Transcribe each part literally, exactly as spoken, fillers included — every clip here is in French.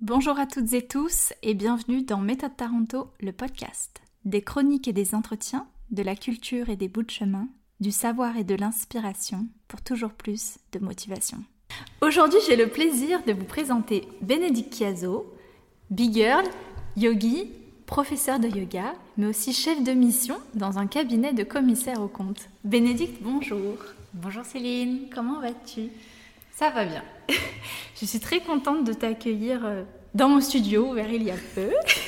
Bonjour à toutes et tous et bienvenue dans Méthode Taranto, le podcast. Des chroniques et des entretiens, de la culture et des bouts de chemin, du savoir et de l'inspiration pour toujours plus de motivation. Aujourd'hui, j'ai le plaisir de vous présenter Bénédicte Chiazot, big girl, yogi, professeur de yoga, mais aussi chef de mission dans un cabinet de commissaire aux comptes. Bénédicte, bonjour. Bonjour Céline. Comment vas-tu ? Ça va bien. Je suis très contente de t'accueillir dans mon studio, ouvert il y a peu.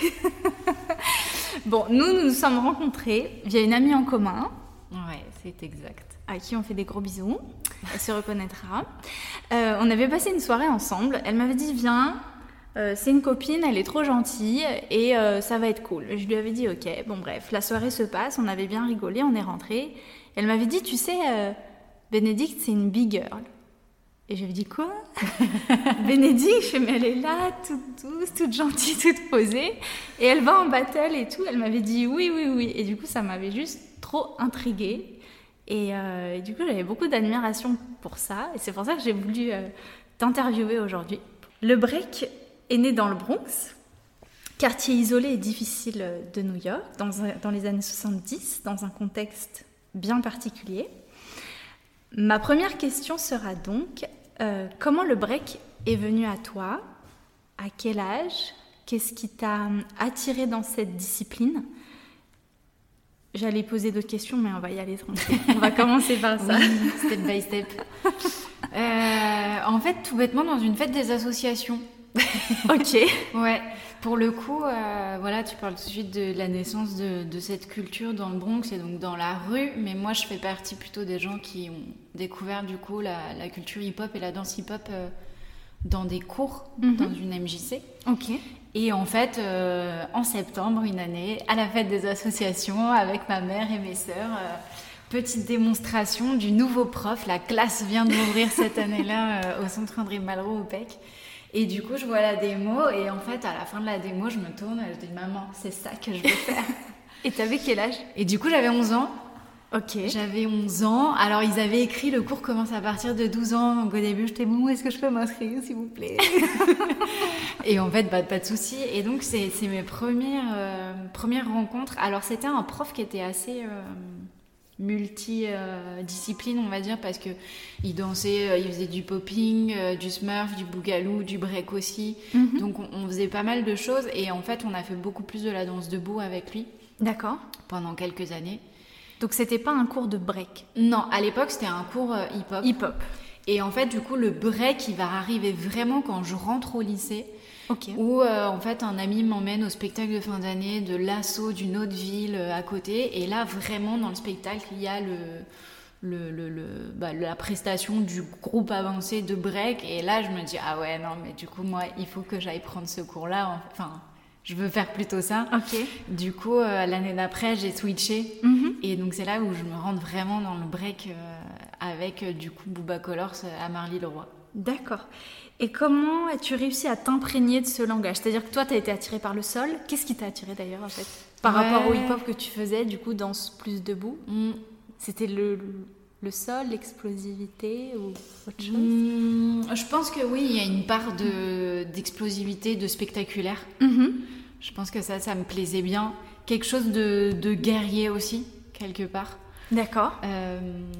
Bon, nous, nous nous sommes rencontrés via une amie en commun. Ouais, c'est exact. À qui on fait des gros bisous. Elle se reconnaîtra. Euh, on avait passé une soirée ensemble. Elle m'avait dit, viens, euh, c'est une copine, elle est trop gentille et euh, ça va être cool. Je lui avais dit, ok. Bon, bref, la soirée se passe, on avait bien rigolé, on est rentrés. Elle m'avait dit, tu sais, euh, Bénédicte, c'est une big girl. Et j'avais dit quoi ? Bénédicte, je fais, mais elle est là, toute douce, toute gentille, toute posée. Et elle va en battle et tout. Elle m'avait dit oui, oui, oui. Et du coup, ça m'avait juste trop intriguée. Et, euh, et du coup, j'avais beaucoup d'admiration pour ça. Et c'est pour ça que j'ai voulu euh, t'interviewer aujourd'hui. Le break est né dans le Bronx, quartier isolé et difficile de New York, dans, un, dans les années soixante-dix, dans un contexte bien particulier. Ma première question sera donc, euh, comment le break est venu à toi ? À quel âge ? Qu'est-ce qui t'a attiré dans cette discipline ? J'allais poser d'autres questions, mais on va y aller tranquille. On va commencer par ça. Oui, step by step. euh, en fait, tout bêtement, dans une fête des associations. Ok. Ouais. Pour le coup, euh, voilà, tu parles tout de suite de la naissance de, de cette culture dans le Bronx et donc dans la rue. Mais moi, je fais partie plutôt des gens qui ont découvert du coup la, la culture hip-hop et la danse hip-hop euh, dans des cours, mm-hmm. dans une M J C. Ok. Et en fait, euh, en septembre, une année, à la fête des associations, avec ma mère et mes sœurs, euh, petite démonstration du nouveau prof. La classe vient d'ouvrir cette année-là euh, au centre André Malraux au P E C. Et du coup, je vois la démo et en fait, à la fin de la démo, je me tourne et je dis « Maman, c'est ça que je veux faire !» Et t'avais quel âge ? Et du coup, j'avais onze ans. Ok. J'avais onze ans. Alors, ils avaient écrit « Le cours commence à partir de douze ans ». Donc, au début, j'étais « Bon, est-ce que je peux m'inscrire, s'il vous plaît ?» Et en fait, bah, pas de souci. Et donc, c'est, c'est mes premières, euh, premières rencontres. Alors, c'était un prof qui était assez... Euh, multi-discipline, on va dire, parce que il dansait, euh, il faisait du popping, euh, du smurf, du boogaloo, du break aussi. Mm-hmm. Donc on, on faisait pas mal de choses et en fait on a fait beaucoup plus de la danse debout avec lui. D'accord. Pendant quelques années. Donc c'était pas un cours de break ? Non, à l'époque c'était un cours euh, hip-hop. Hip-hop. Et en fait du coup le break il va arriver vraiment quand je rentre au lycée. Okay. Où euh, en fait un ami m'emmène au spectacle de fin d'année de l'assaut d'une autre ville euh, à côté et là vraiment dans le spectacle il y a le, le, le, le, bah, la prestation du groupe avancé de break et là je me dis ah ouais non mais du coup moi il faut que j'aille prendre ce cours là enfin je veux faire plutôt ça. Okay. Du coup euh, l'année d'après j'ai switché mm-hmm. et donc c'est là où je me rentre vraiment dans le break euh, avec euh, du coup Booba Colors à Marly-le-Roi. D'accord. Et comment as-tu réussi à t'imprégner de ce langage ? C'est-à-dire que toi, tu as été attirée par le sol. Qu'est-ce qui t'a attirée d'ailleurs, en fait ? Par ouais. rapport au hip-hop que tu faisais, du coup, danse plus debout mm. C'était le, le sol, l'explosivité ou autre chose ? mm, Je pense que oui, il y a une part de, d'explosivité, de spectaculaire. Mm-hmm. Je pense que ça, ça me plaisait bien. Quelque chose de, de guerrier aussi, quelque part. D'accord. Euh...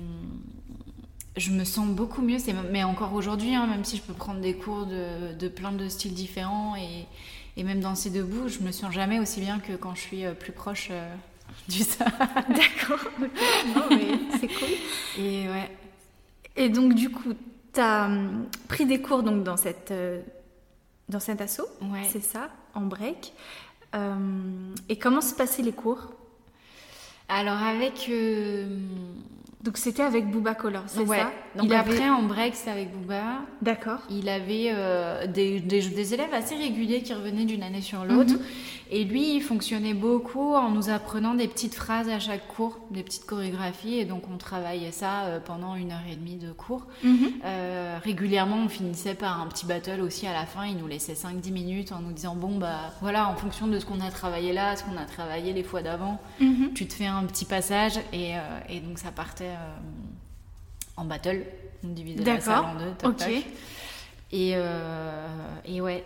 Je me sens beaucoup mieux, c'est, mais encore aujourd'hui, hein, même si je peux prendre des cours de, de plein de styles différents et, et même danser debout, je me sens jamais aussi bien que quand je suis plus proche euh, du sol. D'accord, non, mais c'est cool. Et ouais. Et donc du coup, tu as pris des cours donc, dans, cette, euh, dans cet asso, ouais. C'est ça, en break. Euh, et comment se passaient les cours ? Alors avec... Euh... Donc c'était avec Booba Colors, c'est ouais. ça ? Donc il après avait... en break c'était avec Booba. D'accord. Il avait euh, des, des, des élèves assez réguliers qui revenaient d'une année sur l'autre. Mm-hmm. Et lui il fonctionnait beaucoup en nous apprenant des petites phrases à chaque cours, des petites chorégraphies. Et donc on travaillait ça euh, pendant une heure et demie de cours. Mm-hmm. Euh, régulièrement on finissait par un petit battle aussi à la fin. Il nous laissait cinq dix minutes en nous disant bon bah voilà en fonction de ce qu'on a travaillé là, ce qu'on a travaillé les fois d'avant, mm-hmm. tu te fais un petit passage. Et, euh, et donc ça partait... Euh, en battle, on divisait la salle en deux, toc, okay. toc. Et, euh, et ouais,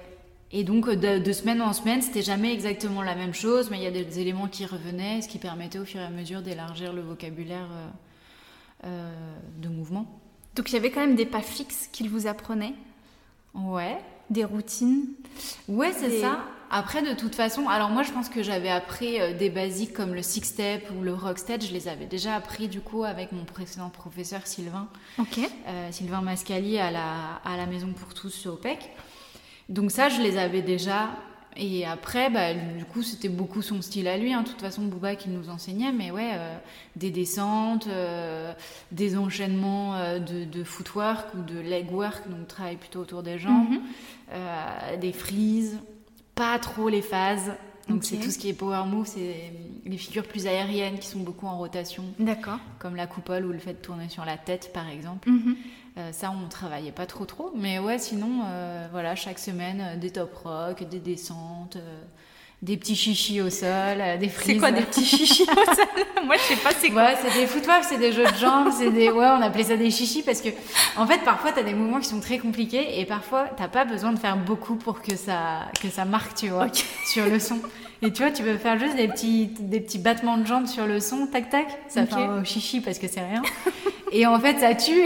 Et donc, de, de semaine en semaine, c'était jamais exactement la même chose, mais il y a des, des éléments qui revenaient, ce qui permettait au fur et à mesure d'élargir le vocabulaire euh, euh, de mouvement. Donc il y avait quand même des pas fixes qu'il vous apprenait. Ouais. Des routines. Ouais, c'est des... ça. Après, de toute façon, alors moi, je pense que j'avais appris euh, des basiques comme le six step ou le rock step. Je les avais déjà appris du coup avec mon précédent professeur Sylvain. Ok. Euh, Sylvain Mascali à la, à la Maison pour tous au P E C. Donc ça, je les avais déjà. Et après, bah, du coup, c'était beaucoup son style à lui. Hein. De toute façon, Bouba qui nous enseignait. Mais ouais, euh, des descentes, euh, des enchaînements euh, de, de footwork ou de legwork, donc travail plutôt autour des jambes, mm-hmm. euh, des freeze, pas trop les phases. Donc okay. C'est tout ce qui est power move, c'est les figures plus aériennes qui sont beaucoup en rotation. D'accord. Comme la coupole ou le fait de tourner sur la tête, par exemple. Mm-hmm. Euh, ça, on travaillait pas trop trop. Mais ouais, sinon, euh, voilà, chaque semaine, euh, des top rock, des descentes, euh, des petits chichis au sol, euh, des frises. C'est quoi des petits chichis au sol? Moi, je sais pas c'est quoi. Ouais, c'est des footwork, c'est des jeux de jambes, c'est des... Ouais, on appelait ça des chichis parce que, en fait, parfois, t'as des mouvements qui sont très compliqués et parfois, t'as pas besoin de faire beaucoup pour que ça, que ça marque, tu vois, okay. sur le son. Et tu vois, tu peux faire juste des petits, des petits battements de jambes sur le son, tac tac, ça okay. fait un chichi parce que c'est rien. Et en fait, ça tue.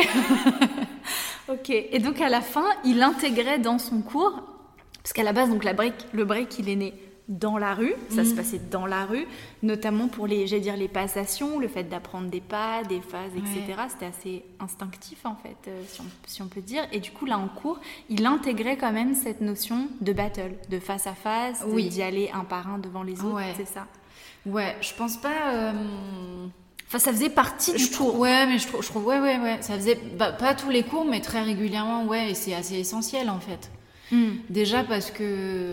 Ok. Et donc à la fin, il intégrait dans son cours, parce qu'à la base, donc la break, le break, il est né dans la rue, ça mmh. se passait dans la rue, notamment pour les, j'allais dire les passations, le fait d'apprendre des pas, des phases, et cetera. Ouais. C'était assez instinctif en fait, euh, si, on, si on peut dire. Et du coup là en cours, il intégrait quand même cette notion de battle, de face à face, oui. d'y aller un par un devant les autres, ouais. c'est ça. Ouais, je pense pas. Euh... Enfin, ça faisait partie du je cours. Trouve, ouais, mais je trouve, je trouve, ouais, ouais, ouais, ça faisait bah, pas tous les cours, mais très régulièrement, ouais, et c'est assez essentiel en fait. Mm. Déjà parce que.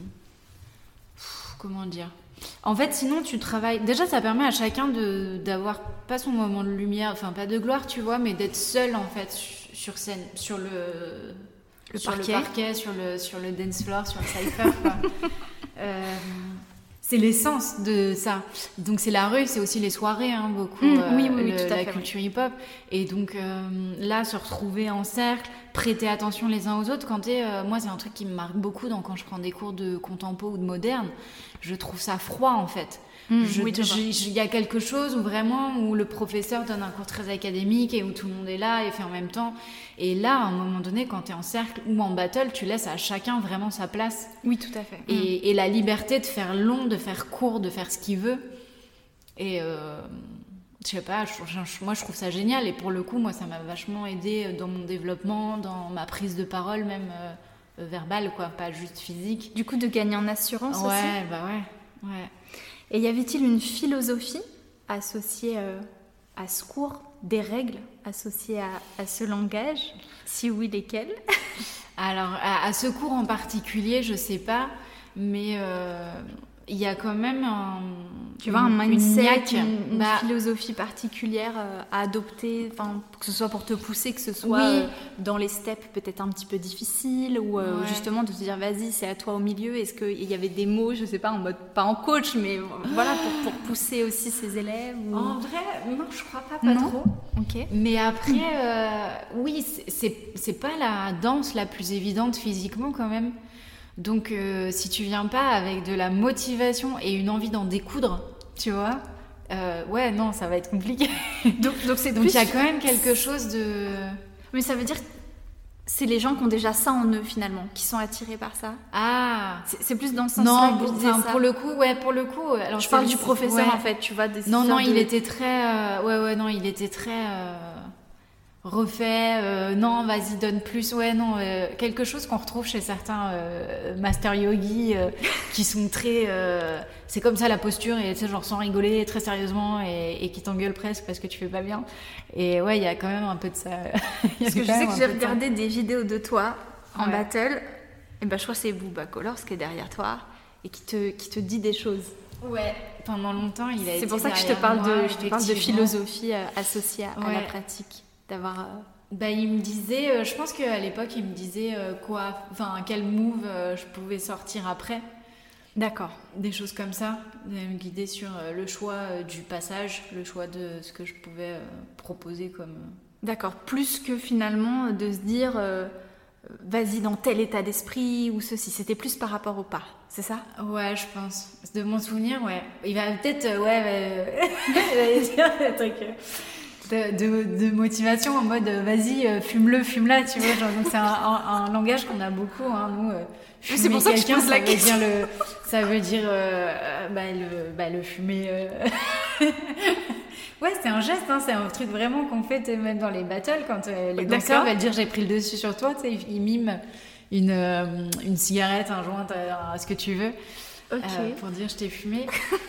Comment dire ? En fait, sinon, tu travailles. Déjà, ça permet à chacun de, d'avoir pas son moment de lumière, enfin, pas de gloire, tu vois, mais d'être seul, en fait, sur scène, sur le, le, sur parquet. le parquet, sur le, sur le dance floor, sur le cypher, quoi. euh, c'est l'essence de ça. Donc, c'est la rue, c'est aussi les soirées, hein, beaucoup, mmh, euh, oui, oui, oui, le, tout à la fait, culture oui. hip-hop. Et donc, euh, là, se retrouver en cercle, prêter attention les uns aux autres. Quand t'es, euh, moi, c'est un truc qui me marque beaucoup dans, quand je prends des cours de contempo ou de moderne. Je trouve ça froid, en fait. Mmh, je, oui, il y a quelque chose où vraiment où le professeur donne un cours très académique et où tout le monde est là et fait en même temps. Et là, à un moment donné, quand tu es en cercle ou en battle, tu laisses à chacun vraiment sa place. Oui, tout à fait. Et, mmh. et la liberté de faire long, de faire court, de faire ce qu'il veut. Et euh, je sais pas, je, je, moi je trouve ça génial. Et pour le coup, moi ça m'a vachement aidé dans mon développement, dans ma prise de parole, même euh, verbale, quoi, pas juste physique. Du coup, de gagner en assurance ouais, aussi. Ouais, bah ouais, ouais. Et y avait-il une philosophie associée euh, à ce cours, des règles associées à, à ce langage? Si oui, lesquelles? Alors, à, à ce cours en particulier, je sais pas, mais euh, il y a quand même un... Tu vois, un mindset, une, une, une bah, philosophie particulière euh, à adopter, que ce soit pour te pousser, que ce soit oui. euh, dans les steps peut-être un petit peu difficiles, ou euh, ouais. justement de te dire, vas-y, c'est à toi au milieu. Est-ce qu'il y avait des mots, je sais pas, en mode, pas en coach, mais voilà, pour, pour pousser aussi ses élèves ou... En vrai, non, je crois pas, pas non trop. Okay. Mais après, euh, oui, c'est, c'est pas la danse la plus évidente physiquement quand même. Donc, euh, si tu viens pas avec de la motivation et une envie d'en découdre, tu vois, euh, ouais, non, ça va être compliqué. donc, donc c'est donc il y a quand même quelque chose de. Mais ça veut dire que c'est les gens qui ont déjà ça en eux finalement, qui sont attirés par ça. Ah, c'est, c'est plus dans le sens là que je disais ça. Pour le coup, ouais, pour le coup. Alors je parle du professeur ouais. en fait, tu vois. Des non, non, de... il était très, euh, ouais, ouais, non, il était très. Euh... refait, euh, non, vas-y, donne plus, ouais, non, euh, quelque chose qu'on retrouve chez certains euh, master yogis euh, qui sont très, euh, c'est comme ça la posture, et tu sais, genre sans rigoler, très sérieusement, et, et qui t'engueulent presque parce que tu fais pas bien. Et ouais, il y a quand même un peu de ça. Parce que je sais que j'ai regardé des vidéos de toi en ouais. battle, et ben je crois que c'est Bouba Colors qui est derrière toi, et qui te, qui te dit des choses. Ouais, pendant longtemps, il a c'est été pour ça que je te parle, moi, de, je te parle de philosophie euh, associée à, ouais. à la pratique. D'avoir... Euh... Bah, il me disait, euh, je pense qu'à l'époque, il me disait euh, quoi, enfin, quel move euh, je pouvais sortir après. D'accord. Des choses comme ça. Il me guidait sur euh, le choix euh, du passage, le choix de ce que je pouvais euh, proposer comme... D'accord. Plus que finalement de se dire, euh, vas-y dans tel état d'esprit ou ceci. C'était plus par rapport au pas, c'est ça? Ouais, je pense. De mon souvenir, ouais. Il va peut-être, euh, ouais, euh, il va dire des trucs euh, de, de, de motivation en mode, euh, vas-y, euh, fume-le, fume-la, tu vois. Genre, donc c'est un, un, un langage qu'on a beaucoup, hein, nous. Euh, c'est pour ça que je pose la question. Dire le, ça veut dire, euh, bah, le, bah, le fumer. Euh... Ouais, c'est un geste, hein, c'est un truc vraiment qu'on fait même dans les battles quand euh, les danseurs D'accord. veulent dire j'ai pris le dessus sur toi, tu sais, ils, ils miment une, euh, une cigarette, un joint, euh, ce que tu veux, okay. euh, pour dire je t'ai fumé.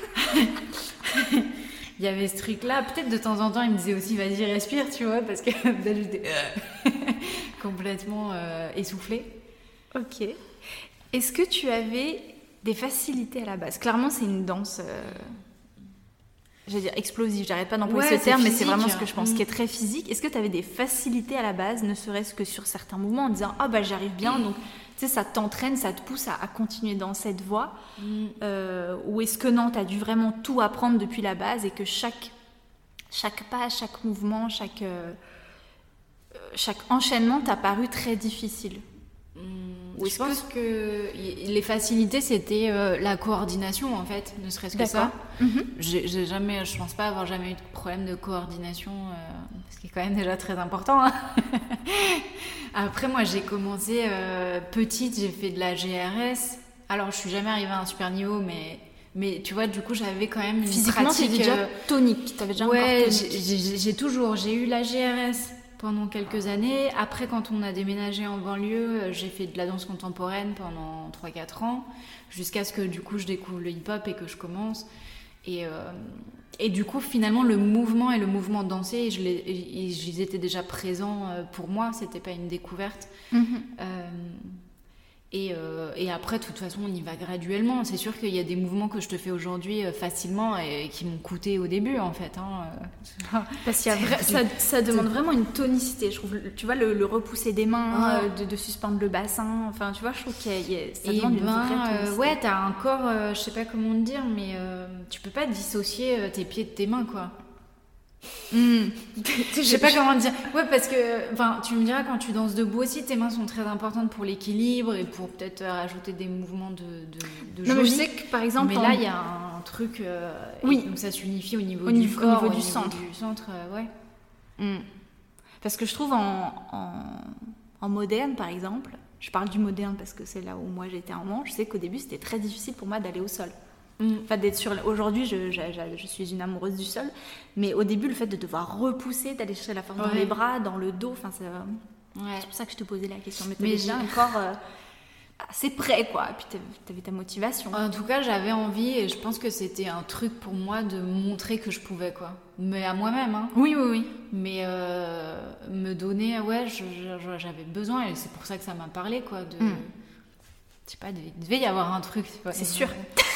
Il y avait ce truc-là, peut-être de temps en temps il me disait aussi vas-y respire, tu vois, parce que peut-être j'étais complètement euh, essoufflée. Ok. Est-ce que tu avais des facilités à la base? Clairement, c'est une danse... Euh... J'allais dire explosive, j'arrête pas d'employer ouais, ce terme, physique, mais c'est vraiment ce que je pense, mmh. qui est très physique. Est-ce que tu avais des facilités à la base, ne serait-ce que sur certains mouvements, en disant « Ah bah j'arrive bien », donc tu sais, ça t'entraîne, ça te pousse à, à continuer dans cette voie mmh. euh, ou est-ce que non, tu as dû vraiment tout apprendre depuis la base et que chaque, chaque pas, chaque mouvement, chaque, euh, chaque enchaînement t'a paru très difficile? Mmh. Oui, je pense que... que les facilités, c'était euh, la coordination, en fait, ne serait-ce que D'accord. ça. Mm-hmm. J'ai, j'ai jamais, je pense pas avoir jamais eu de problème de coordination, euh, ce qui est quand même déjà très important. Hein. Après, moi, j'ai commencé euh, petite, j'ai fait de la G R S. Alors, je suis jamais arrivée à un super niveau, mais... Mais tu vois, du coup, j'avais quand même une physiquement, pratique... Physiquement, c'est déjà tonique. T'avais déjà ouais, un corps tonique. J'ai, j'ai, j'ai toujours... J'ai eu la G R S pendant quelques années. Après, quand on a déménagé en banlieue, j'ai fait de la danse contemporaine pendant trois quatre ans, jusqu'à ce que du coup je découvre le hip-hop et que je commence. Et, euh, et du coup, finalement, le mouvement et le mouvement dansé, je les, ils étaient déjà présents pour moi, c'était pas une découverte. Mm-hmm. Euh, Et, euh, et après, de toute façon, on y va graduellement. C'est sûr qu'il y a des mouvements que je te fais aujourd'hui euh, facilement et qui m'ont coûté au début, en fait. Hein. Parce qu'il y a vrai, ça, ça demande vraiment une tonicité, je trouve. Tu vois, le, le repousser des mains, ah. euh, de, de suspendre le bassin. Enfin, tu vois, je trouve qu'il y a, il y a, ça et demande ben, une vraie tonicité. Euh, ouais, t'as un corps, euh, je sais pas comment te dire, mais euh, tu peux pas dissocier euh, tes pieds de tes mains, quoi. Mmh. Je sais pas comment te dire. Ouais, parce que, enfin, tu me diras quand tu danses debout aussi, tes mains sont très importantes pour l'équilibre et pour peut-être rajouter des mouvements de de, de non, mais je sais que par exemple, mais là il y a un truc. Euh, oui. Donc ça s'unifie au niveau au du niveau, corps, au niveau au du niveau centre. Du centre, euh, ouais. Mmh. Parce que je trouve en, en en moderne, par exemple, je parle du moderne parce que c'est là où moi j'étais en manche. Je sais qu'au début c'était très difficile pour moi d'aller au sol. Enfin, d'être sur... Aujourd'hui, je, je, je, je suis une amoureuse du sol, mais au début, le fait de devoir repousser, d'aller chercher la force ouais. dans les bras, dans le dos, enfin, c'est, ouais. c'est pour ça que je te posais la question. Mais tu avais déjà un corps euh, assez prêt, quoi. Et puis, tu avais ta motivation. En tout cas, j'avais envie, et je pense que c'était un truc pour moi de montrer que je pouvais, quoi. Mais à moi-même, hein. Oui, oui, oui. Mais euh, me donner, ouais, je, je, j'avais besoin, et c'est pour ça que ça m'a parlé, quoi, de... Mm. Je sais pas, il devait y avoir un truc. Ouais, c'est sûr.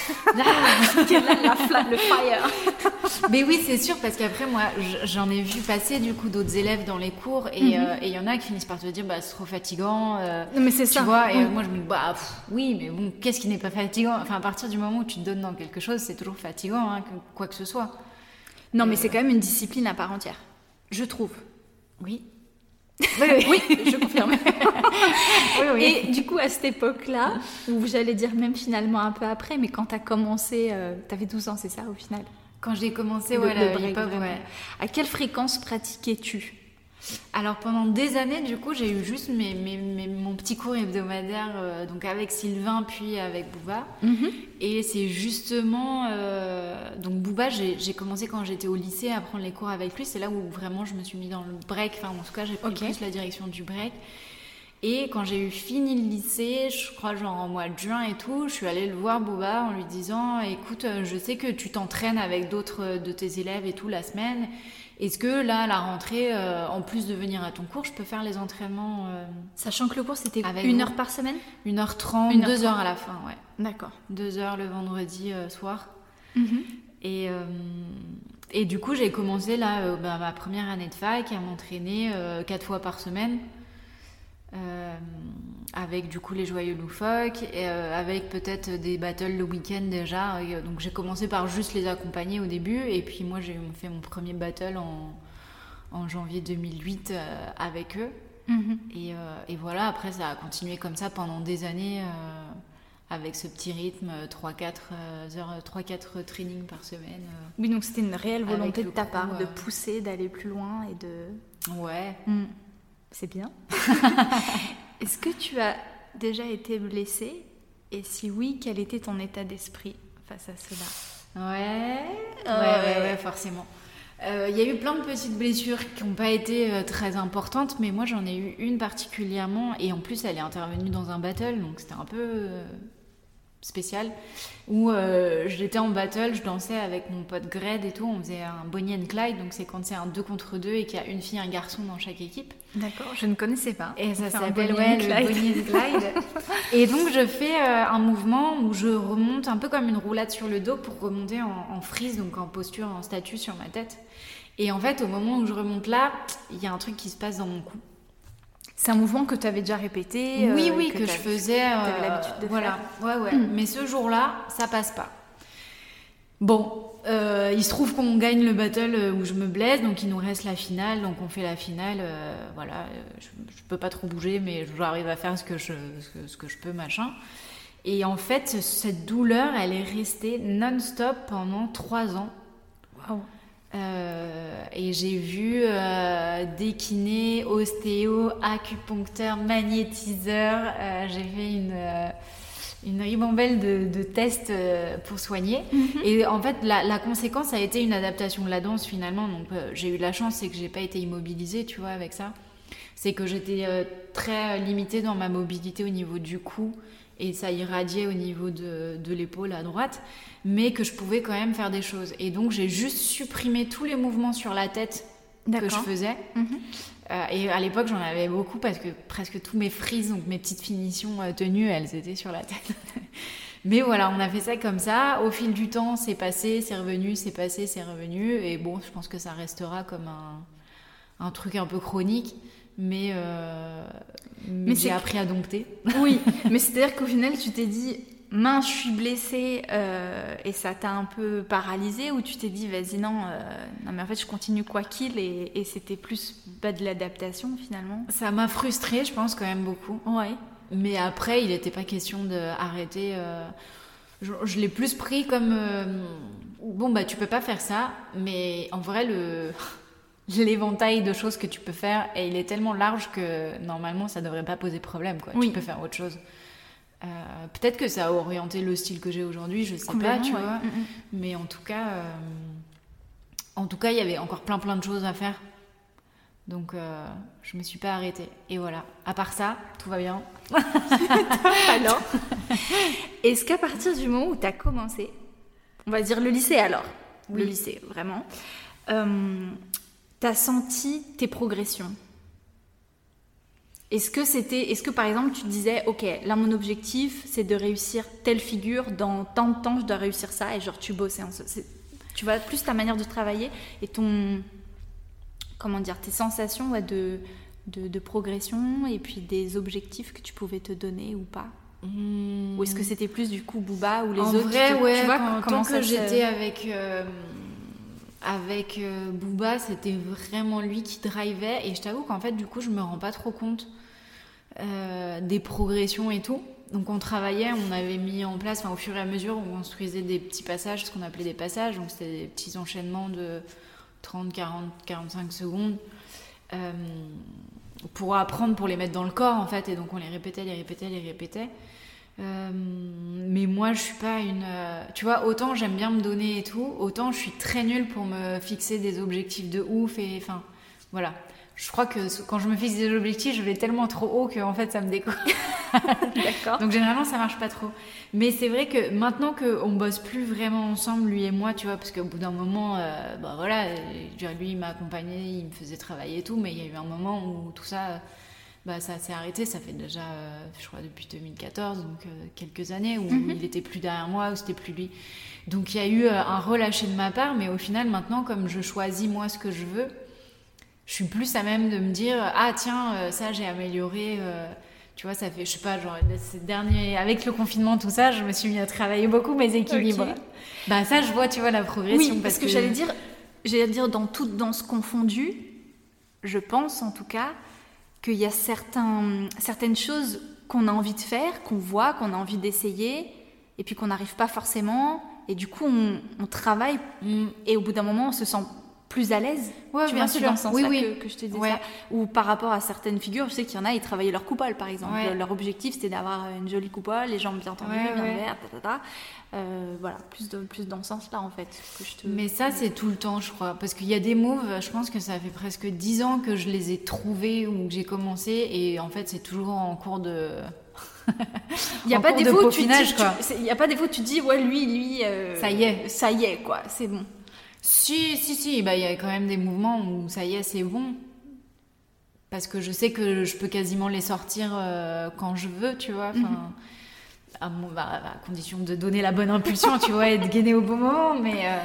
la flamme, le fire. Mais oui, c'est sûr, parce qu'après, moi, j'en ai vu passer du coup d'autres élèves dans les cours, et il mm-hmm. euh, y en a qui finissent par te dire, bah, c'est trop fatigant. Euh, non, mais c'est tu ça. Tu vois, et mm. euh, moi, je me dis, bah, pff, oui, mais bon, qu'est-ce qui n'est pas fatigant? Enfin, à partir du moment où tu te donnes dans quelque chose, c'est toujours fatigant, hein, que, quoi que ce soit. Non, mais euh... c'est quand même une discipline à part entière, je trouve. Oui. Oui, oui, oui, je confirme. oui, oui. Et du coup, à cette époque-là, où j'allais dire même finalement un peu après, mais quand tu as commencé, euh, tu avais douze ans, c'est ça au final? Quand j'ai commencé, le, ouais, le break, hip-hop, ouais. À quelle fréquence pratiquais-tu? Alors pendant des années, du coup, j'ai eu juste mes, mes, mes, mon petit cours hebdomadaire, euh, donc avec Sylvain puis avec Booba. Mm-hmm. Et c'est justement, euh, donc Booba, j'ai, j'ai commencé quand j'étais au lycée à prendre les cours avec lui. C'est là où vraiment je me suis mis dans le break. Enfin, en tout cas, j'ai pris okay. plus la direction du break. Et quand j'ai eu fini le lycée, je crois genre en mois de juin et tout, je suis allée le voir Booba en lui disant, écoute, je sais que tu t'entraînes avec d'autres de tes élèves et tout la semaine. Est-ce que là, à la rentrée, euh, en plus de venir à ton cours, je peux faire les entraînements euh, sachant que le cours, c'était une vous. heure par semaine? Une heure trente, une deux heures à la fin, ouais. D'accord. Deux heures le vendredi euh, soir. Mm-hmm. Et, euh, et du coup, j'ai commencé là, euh, bah, ma première année de fac à m'entraîner euh, quatre fois par semaine. Euh, avec du coup les Joyeux Loufoques et euh, avec peut-être des battles le week-end déjà, et, euh, donc j'ai commencé par juste les accompagner au début et puis moi j'ai fait mon premier battle en, en janvier deux mille huit euh, avec eux. Mmh. Et, euh, et voilà, après, ça a continué comme ça pendant des années, euh, avec ce petit rythme, trois quatre heures, trois quatre trainings par semaine. Euh, oui, donc c'était une réelle volonté de ta crew, part, euh... de pousser, d'aller plus loin et de... Ouais. Mmh. C'est bien. Est-ce que tu as déjà été blessée? Et si oui, quel était ton état d'esprit face à cela? Ouais, oh, ouais, ouais, ouais, forcément. Il euh, y a eu plein de petites blessures qui n'ont pas été euh, très importantes, mais moi j'en ai eu une particulièrement, et en plus elle est intervenue dans un battle, donc c'était un peu euh, spécial, où euh, j'étais en battle, je dansais avec mon pote Gred et tout, on faisait un Bonnie and Clyde, donc c'est quand c'est un deux contre deux et qu'il y a une fille et un garçon dans chaque équipe. D'accord, je ne connaissais pas. Et ça s'appelle ouais, le Bonnie and Clyde. Et donc je fais euh, un mouvement où je remonte un peu comme une roulade sur le dos pour remonter en, en freeze, donc en posture, en statue sur ma tête. Et en fait, au moment où je remonte là, il y a un truc qui se passe dans mon cou. C'est un mouvement que tu avais déjà répété? Oui, euh, oui, que, que je faisais. Euh, tu avais l'habitude de voilà. faire. Ouais, ouais. Mmh. Mais ce jour-là, ça passe pas. Bon, euh, il se trouve qu'on gagne le battle où je me blesse, donc il nous reste la finale, donc on fait la finale. Euh, voilà, je, je peux pas trop bouger, mais j'arrive à faire ce que je, ce que, ce que je peux, machin. Et en fait, cette douleur, elle est restée non-stop pendant trois ans. Waouh. Euh, et j'ai vu euh, des kinés, ostéo, acupuncteur, magnétiseur. Euh, j'ai fait une, euh, une ribambelle de, de tests euh, pour soigner. Mm-hmm. Et en fait, la, la conséquence a été une adaptation de la danse finalement. Donc, euh, j'ai eu la chance, c'est que j'ai pas été immobilisée, tu vois, avec ça. C'est que j'étais euh, très limitée dans ma mobilité au niveau du cou. Et ça irradiait au niveau de, de l'épaule à droite, mais que je pouvais quand même faire des choses. Et donc, j'ai juste supprimé tous les mouvements sur la tête D'accord. que je faisais. Mm-hmm. Euh, et à l'époque, j'en avais beaucoup parce que presque tous mes frises, donc mes petites finitions euh, tenues, elles étaient sur la tête. Mais voilà, on a fait ça comme ça. Au fil du temps, c'est passé, c'est revenu, c'est passé, c'est revenu. Et bon, je pense que ça restera comme un, un truc un peu chronique. Mais, euh, mais, mais j'ai appris à dompter. Oui, mais c'est-à-dire qu'au final, tu t'es dit, mince, je suis blessée, euh, et ça t'a un peu paralysée, ou tu t'es dit, vas-y, non, euh, non, mais en fait, je continue quoi qu'il, et, et c'était plus pas de l'adaptation, finalement. Ça m'a frustrée, je pense, quand même beaucoup. Ouais. Mais après, il n'était pas question d'arrêter. Euh, je, je l'ai plus pris comme, euh, bon, bah, tu peux pas faire ça, mais en vrai, le... l'éventail de choses que tu peux faire, et il est tellement large que normalement ça devrait pas poser problème, quoi. Oui. Tu peux faire autre chose. Euh, peut-être que ça a orienté le style que j'ai aujourd'hui, je sais pas, tu ouais. vois. Mm-hmm. Mais en tout cas, euh, en tout cas, il y avait encore plein plein de choses à faire. Donc, euh, je me suis pas arrêtée. Et voilà. À part ça, tout va bien. Alors, est-ce qu'à partir du moment où tu as commencé, on va dire le lycée alors, oui. le lycée, vraiment. Euh, T'as senti tes progressions? Est-ce que c'était, est-ce que par exemple tu te disais, ok, là mon objectif c'est de réussir telle figure, dans tant de temps je dois réussir ça, et genre tu bossais en ce, c'est, tu vois plus ta manière de travailler et ton, comment dire, tes sensations ouais, de, de, de progression et puis des objectifs que tu pouvais te donner ou pas? Mmh. Ou est-ce que c'était plus du coup Booba ou les en autres? En vrai, te, ouais, tu vois, quand, comment tant ça que se... j'étais avec... Euh... Avec euh, Booba, c'était vraiment lui qui drivait, et je t'avoue qu'en fait, du coup, je me rends pas trop compte euh, des progressions et tout. Donc, on travaillait, on avait mis en place, enfin, au fur et à mesure, on construisait des petits passages, ce qu'on appelait des passages, donc c'était des petits enchaînements de trente, quarante, quarante-cinq secondes euh, pour apprendre, pour les mettre dans le corps, en fait, et donc on les répétait, les répétait, les répétait. Euh, mais moi je suis pas une euh, tu vois, autant j'aime bien me donner et tout, autant je suis très nulle pour me fixer des objectifs de ouf, et enfin voilà, je crois que quand je me fixe des objectifs je vais tellement trop haut que en fait ça me décourage. D'accord. Donc généralement ça marche pas trop, mais c'est vrai que maintenant qu'on bosse plus vraiment ensemble, lui et moi, tu vois, parce qu'au bout d'un moment euh, bah voilà, lui il m'a accompagné, il me faisait travailler et tout, mais il y a eu un moment où tout ça bah, ça s'est arrêté, ça fait déjà, euh, je crois, depuis deux mille quatorze, donc euh, quelques années, où mm-hmm. il était plus derrière moi, où c'était plus lui. Donc il y a eu euh, un relâché de ma part, mais au final, maintenant, comme je choisis moi ce que je veux, je suis plus à même de me dire, ah tiens, euh, ça j'ai amélioré, euh, tu vois, ça fait, je sais pas, genre, ces derniers, avec le confinement, tout ça, je me suis mis à travailler beaucoup mes équilibres. Okay. Bah ça, je vois, tu vois, la progression. Oui, parce, parce que, que j'allais dire, j'allais dire, dans toute danse confondue, je pense en tout cas, qu'il y a certains, certaines choses qu'on a envie de faire, qu'on voit, qu'on a envie d'essayer, et puis qu'on n'arrive pas forcément, et du coup on, on travaille, mm. et au bout d'un moment on se sent plus à l'aise. Ouais, tu bien vois, sûr. c'est dans ce sens-là oui, que, oui. que je te dis ouais. ça. Ou par rapport à certaines figures, je sais qu'il y en a, ils travaillaient leur coupole par exemple. Ouais. Leur objectif c'était d'avoir une jolie coupole, les jambes bien tendues, ouais, bien ouais. vertes, ta, ta, ta. Euh, voilà, plus, de, plus dans ce sens-là en fait. Que je te... Mais ça c'est tout le temps je crois, parce qu'il y a des moves, je pense que ça fait presque dix ans que je les ai trouvés ou que j'ai commencé, et en fait c'est toujours en cours de... Il n'y a pas des fois où tu dis, quoi. Il n'y a pas des fois où tu dis, ouais lui, lui... Euh, ça y est. Ça y est quoi, c'est bon. Si, si, si, bah, y a quand même des mouvements où ça y est, c'est bon. Parce que je sais que je peux quasiment les sortir euh, quand je veux, tu vois. Enfin, mm-hmm. à, mon, bah, à condition de donner la bonne impulsion, tu vois, et de gainer au bon moment. Mais, euh,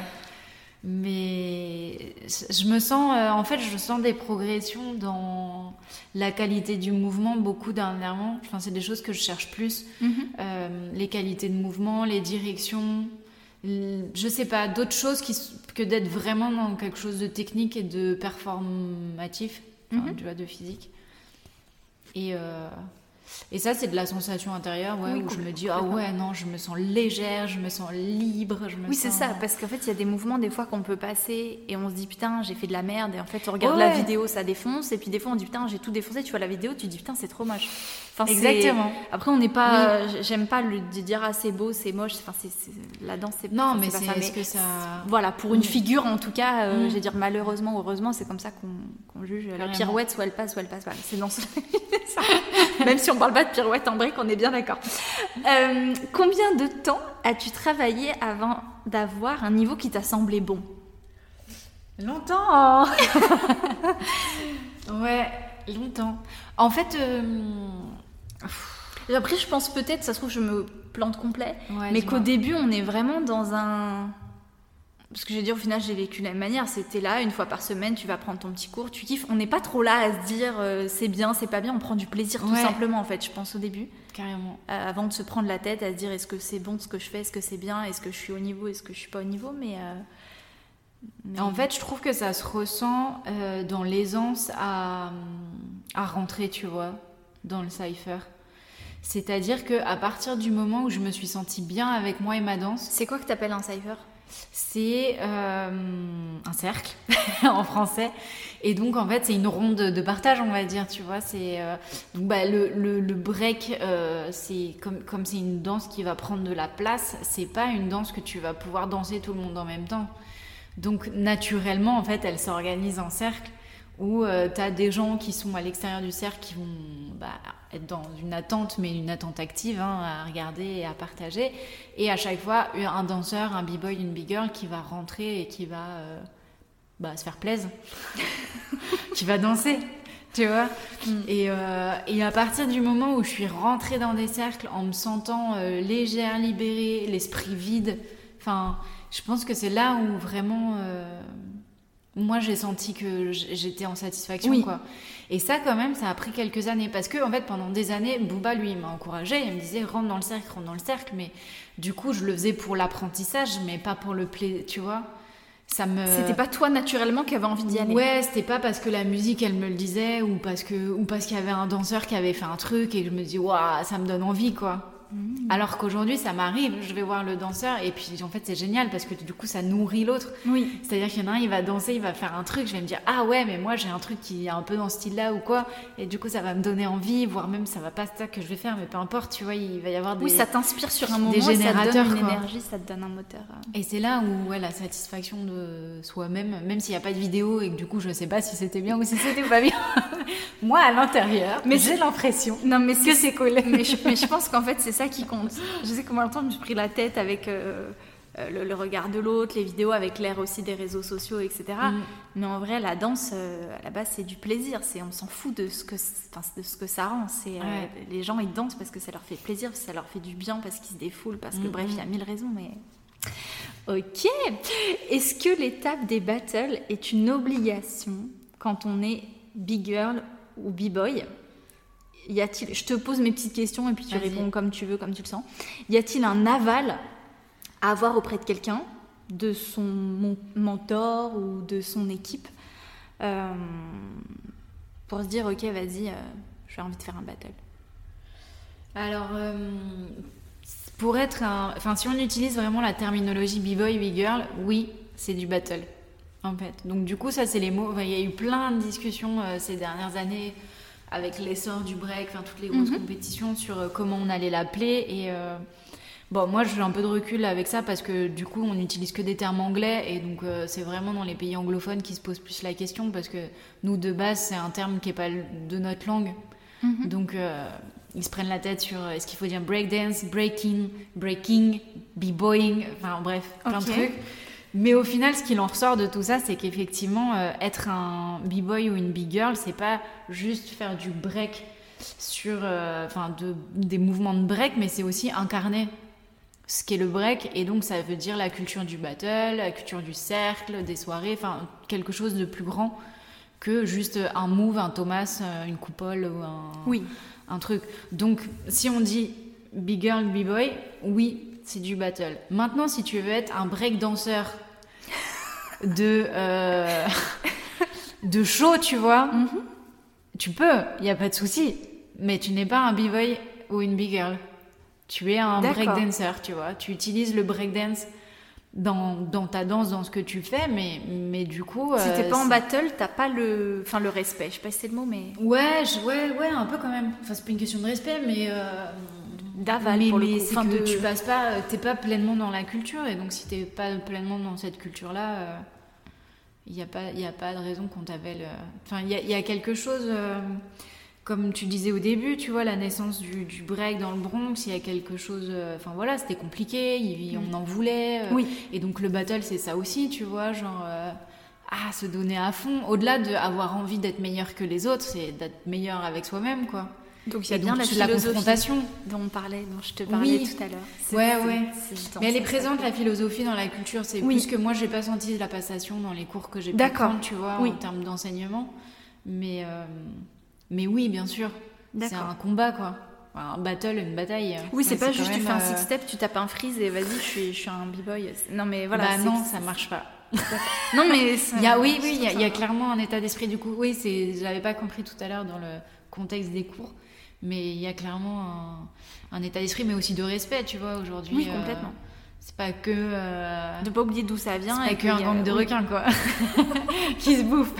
mais je me sens, euh, en fait, je sens des progressions dans la qualité du mouvement, beaucoup dernièrement. Enfin, c'est des choses que je cherche plus. Mm-hmm. Euh, les qualités de mouvement, les directions... Je sais pas, d'autres choses qui, que d'être vraiment dans quelque chose de technique et de performatif, enfin, mm-hmm. tu vois, de physique. Et, euh, et ça, c'est de la sensation intérieure, ouais, oui, où je me dis, ah ouais, non, je me sens légère, je me sens libre. Je me oui, sens... c'est ça, parce qu'en fait, il y a des mouvements, des fois, qu'on peut passer et on se dit, putain, j'ai fait de la merde. Et en fait, on regarde ouais. la vidéo, ça défonce. Et puis, des fois, on dit, putain, j'ai tout défoncé. Tu vois la vidéo, tu dis, putain, c'est trop moche. Enfin, exactement. C'est... Après, on n'est pas. Oui. J'aime pas le dire, ah, c'est beau, c'est moche. Enfin, c'est, c'est... la danse, c'est non, enfin, mais c'est, c'est pas ça. Est-ce mais que ça. Voilà, pour une mmh. figure, en tout cas, euh, mmh. je vais dire malheureusement, heureusement, c'est comme ça qu'on, qu'on juge. Carrément. La pirouette, soit elle passe, soit elle passe pas. C'est dans ce. Même si on parle pas de pirouette en brique, on est bien d'accord. Euh, combien de temps as-tu travaillé avant d'avoir un niveau qui t'a semblé bon? Longtemps. Ouais, longtemps. En fait. Euh... Après, je pense peut-être, ça se trouve, je me plante complet, ouais, mais qu'au début, on est vraiment dans un... Parce que je veux dire, au final, j'ai vécu de la même manière. C'était là, une fois par semaine, tu vas prendre ton petit cours, tu kiffes. On n'est pas trop là à se dire euh, c'est bien, c'est pas bien. On prend du plaisir tout ouais. simplement, en fait, je pense, au début. Carrément. Euh, avant de se prendre la tête à se dire est-ce que c'est bon ce que je fais, est-ce que c'est bien, est-ce que je suis au niveau, est-ce que je suis pas au niveau, mais... Euh... Mais... En fait, je trouve que ça se ressent euh, dans l'aisance à, à rentrer, tu vois, dans le cypher. C'est-à-dire qu'à partir du moment où je me suis sentie bien avec moi et ma danse... C'est quoi que t'appelles un cypher ? C'est euh, un cercle en français, et donc en fait c'est une ronde de partage, on va dire, tu vois. C'est euh, donc, bah, le, le, le break, euh, c'est comme comme c'est une danse qui va prendre de la place, c'est pas une danse que tu vas pouvoir danser tout le monde en même temps. Donc naturellement en fait elle s'organise en cercle où euh, t'as des gens qui sont à l'extérieur du cercle qui vont bah, être dans une attente, mais une attente active, hein, à regarder et à partager, et à chaque fois un danseur, un b-boy, une b-girl qui va rentrer et qui va euh, bah, se faire plaisir qui va danser, tu vois. mm. et, euh, et à partir du moment où je suis rentrée dans des cercles en me sentant euh, légère, libérée, l'esprit vide, enfin, je pense que c'est là où vraiment euh, moi j'ai senti que j'étais en satisfaction, oui. quoi. Et ça quand même ça a pris quelques années, parce que en fait pendant des années Booba lui il m'a encouragée, il me disait rentre dans le cercle, rentre dans le cercle, mais du coup je le faisais pour l'apprentissage mais pas pour le plaisir, tu vois. Ça me... C'était pas toi naturellement qui avais envie d'y aller. Ouais, c'était pas parce que la musique elle me le disait, ou parce que ou parce qu'il y avait un danseur qui avait fait un truc et que je me dis waouh, ça me donne envie, quoi. Mmh. Alors qu'aujourd'hui ça m'arrive, je vais voir le danseur et puis en fait c'est génial parce que du coup ça nourrit l'autre. Oui. C'est-à-dire qu'il y en a un, il va danser, il va faire un truc, je vais me dire ah ouais mais moi j'ai un truc qui est un peu dans ce style là ou quoi, et du coup ça va me donner envie, voire même ça va pas ça que je vais faire, mais peu importe, tu vois, il va y avoir des... Oui, ça t'inspire sur un moment, des générateurs, ça te donne une quoi. énergie, ça te donne un moteur. Et c'est là où ouais, la satisfaction de soi-même, même s'il n'y a pas de vidéo et que du coup je sais pas si c'était bien ou si c'était pas bien, moi à l'intérieur mais j'ai l'impression non, mais que c'est cool. mais, je, mais je pense qu'en fait c'est ça qui compte. Je sais combien de temps je me suis pris la tête avec euh, le, le regard de l'autre, les vidéos, avec l'ère aussi des réseaux sociaux, et cetera. Mm. Mais en vrai, la danse, euh, à la base, c'est du plaisir. C'est, on s'en fout de ce que, de ce que ça rend. C'est, ouais. euh, les gens, ils dansent parce que ça leur fait plaisir, ça leur fait du bien, parce qu'ils se défoulent, parce que, mm. bref, il y a mille raisons. Mais... Ok. Est-ce que l'étape des battles est une obligation quand on est big girl ou b-boy ? Y a-t-il, je te pose mes petites questions et puis tu Vas-y. réponds comme tu veux, comme tu le sens. Y a-t-il un aval à avoir auprès de quelqu'un, de son mentor ou de son équipe, euh, pour se dire, ok, vas-y, euh, j'ai envie de faire un battle? Alors, euh, pour être un... Enfin, si on utilise vraiment la terminologie b-boy, b-girl, oui, c'est du battle, en fait. Donc, du coup, ça, c'est les mots... Enfin, il y a eu plein de discussions euh, ces dernières années avec l'essor du break, enfin, toutes les grosses mm-hmm. compétitions sur euh, comment on allait l'appeler. Et euh, bon, moi, j'ai un peu de recul avec ça parce que, du coup, on n'utilise que des termes anglais. Et donc, euh, c'est vraiment dans les pays anglophones qui se posent plus la question parce que nous, de base, c'est un terme qui n'est pas de notre langue. Mm-hmm. Donc... Euh, ils se prennent la tête sur euh, est-ce qu'il faut dire breakdance, breaking, breaking, b-boying, enfin bref, plein okay. de trucs. Mais au final, ce qu'il en ressort de tout ça, c'est qu'effectivement, euh, être un b-boy ou une b-girl, c'est pas juste faire du break sur, enfin, euh, de, des mouvements de break, mais c'est aussi incarner ce qu'est le break. Et donc, ça veut dire la culture du battle, la culture du cercle, des soirées, enfin, quelque chose de plus grand que juste un move, un Thomas, une coupole ou un... Oui. un truc. Donc, si on dit big girl, big boy, oui, c'est du battle. Maintenant, si tu veux être un break danseur de euh, de show, tu vois, mm-hmm. tu peux, il y a pas de souci. Mais tu n'es pas un big boy ou une big girl. Tu es un break dancer, tu vois. Tu utilises le break dance dans, dans ta danse, dans ce que tu fais, mais, mais du coup... Si euh, t'es pas c'est... en battle, t'as pas le... Enfin, le respect, je sais pas si c'est le mot, mais... Ouais, je, ouais, ouais, un peu quand même. Enfin, c'est pas une question de respect, mais... Euh, d'aval, mais, pour mais le coup. c'est Enfin, que de... tu passes pas... T'es pas pleinement dans la culture, et donc si t'es pas pleinement dans cette culture-là, il euh, n'y a, pas, y a pas de raison qu'on t'appelle... Enfin, euh... il y a, y a quelque chose... Euh... Comme tu disais au début, tu vois, la naissance du, du break dans le Bronx, il y a quelque chose... Enfin euh, voilà, c'était compliqué, il, on en voulait. Euh, oui. Et donc le battle, c'est ça aussi, tu vois, genre... Euh, ah, se donner à fond. Au-delà d'avoir envie d'être meilleur que les autres, c'est d'être meilleur avec soi-même, quoi. Donc il y a et bien la, la confrontation dont on parlait, dont je te parlais oui. tout à l'heure. C'est, ouais, c'est, ouais. C'est, c'est Mais elle est présente, la philosophie, dans la culture. C'est oui. plus que moi, j'ai pas senti la passation dans les cours que j'ai pu prendre, tu vois, oui. en termes d'enseignement. Mais... Euh, Mais oui, bien sûr. D'accord. C'est un combat, quoi. Un battle, une bataille. Oui, c'est ouais, pas c'est juste tu fais un euh... six-step, tu tapes un freeze et vas-y, je suis, je suis un b-boy. Non, mais voilà. Bah c'est non, c'est... ça marche pas. Non, mais... il y a, oui, oui, il y, y a clairement un état d'esprit du coup. Oui, c'est, je l'avais pas compris tout à l'heure dans le contexte des cours. Mais il y a clairement un, un état d'esprit, mais aussi de respect, tu vois, aujourd'hui. Oui, complètement. Euh, c'est pas que... Euh... De pas oublier d'où ça vient. C'est pas qu'un gang de requins, quoi. Qui se bouffent.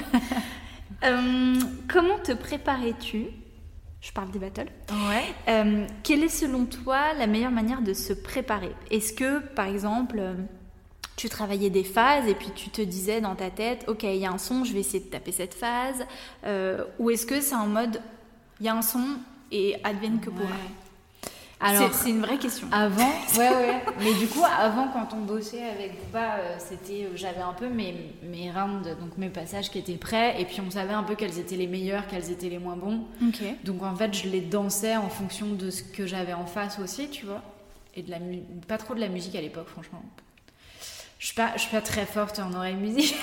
euh, comment te préparais-tu ? Je parle des battles. Ouais. Euh, quelle est selon toi la meilleure manière de se préparer ? Est-ce que, par exemple, euh, tu travaillais des phases et puis tu te disais dans ta tête, ok, il y a un son, je vais essayer de taper cette phase, euh, ou est-ce que c'est en mode, il y a un son et advienne que pourra ? Ouais. Alors, c'est, c'est une vraie question. Avant, ouais, ouais. Mais du coup, avant, quand on bossait avec Booba, euh, c'était, euh, j'avais un peu mes, mes rounds, donc mes passages qui étaient prêts, et puis on savait un peu quels étaient les meilleurs, quels étaient les moins bons. Okay. Donc en fait, je les dansais en fonction de ce que j'avais en face aussi, tu vois. Et de la mu- pas trop de la musique à l'époque, franchement. Je suis pas, je suis pas très forte en oreille musique.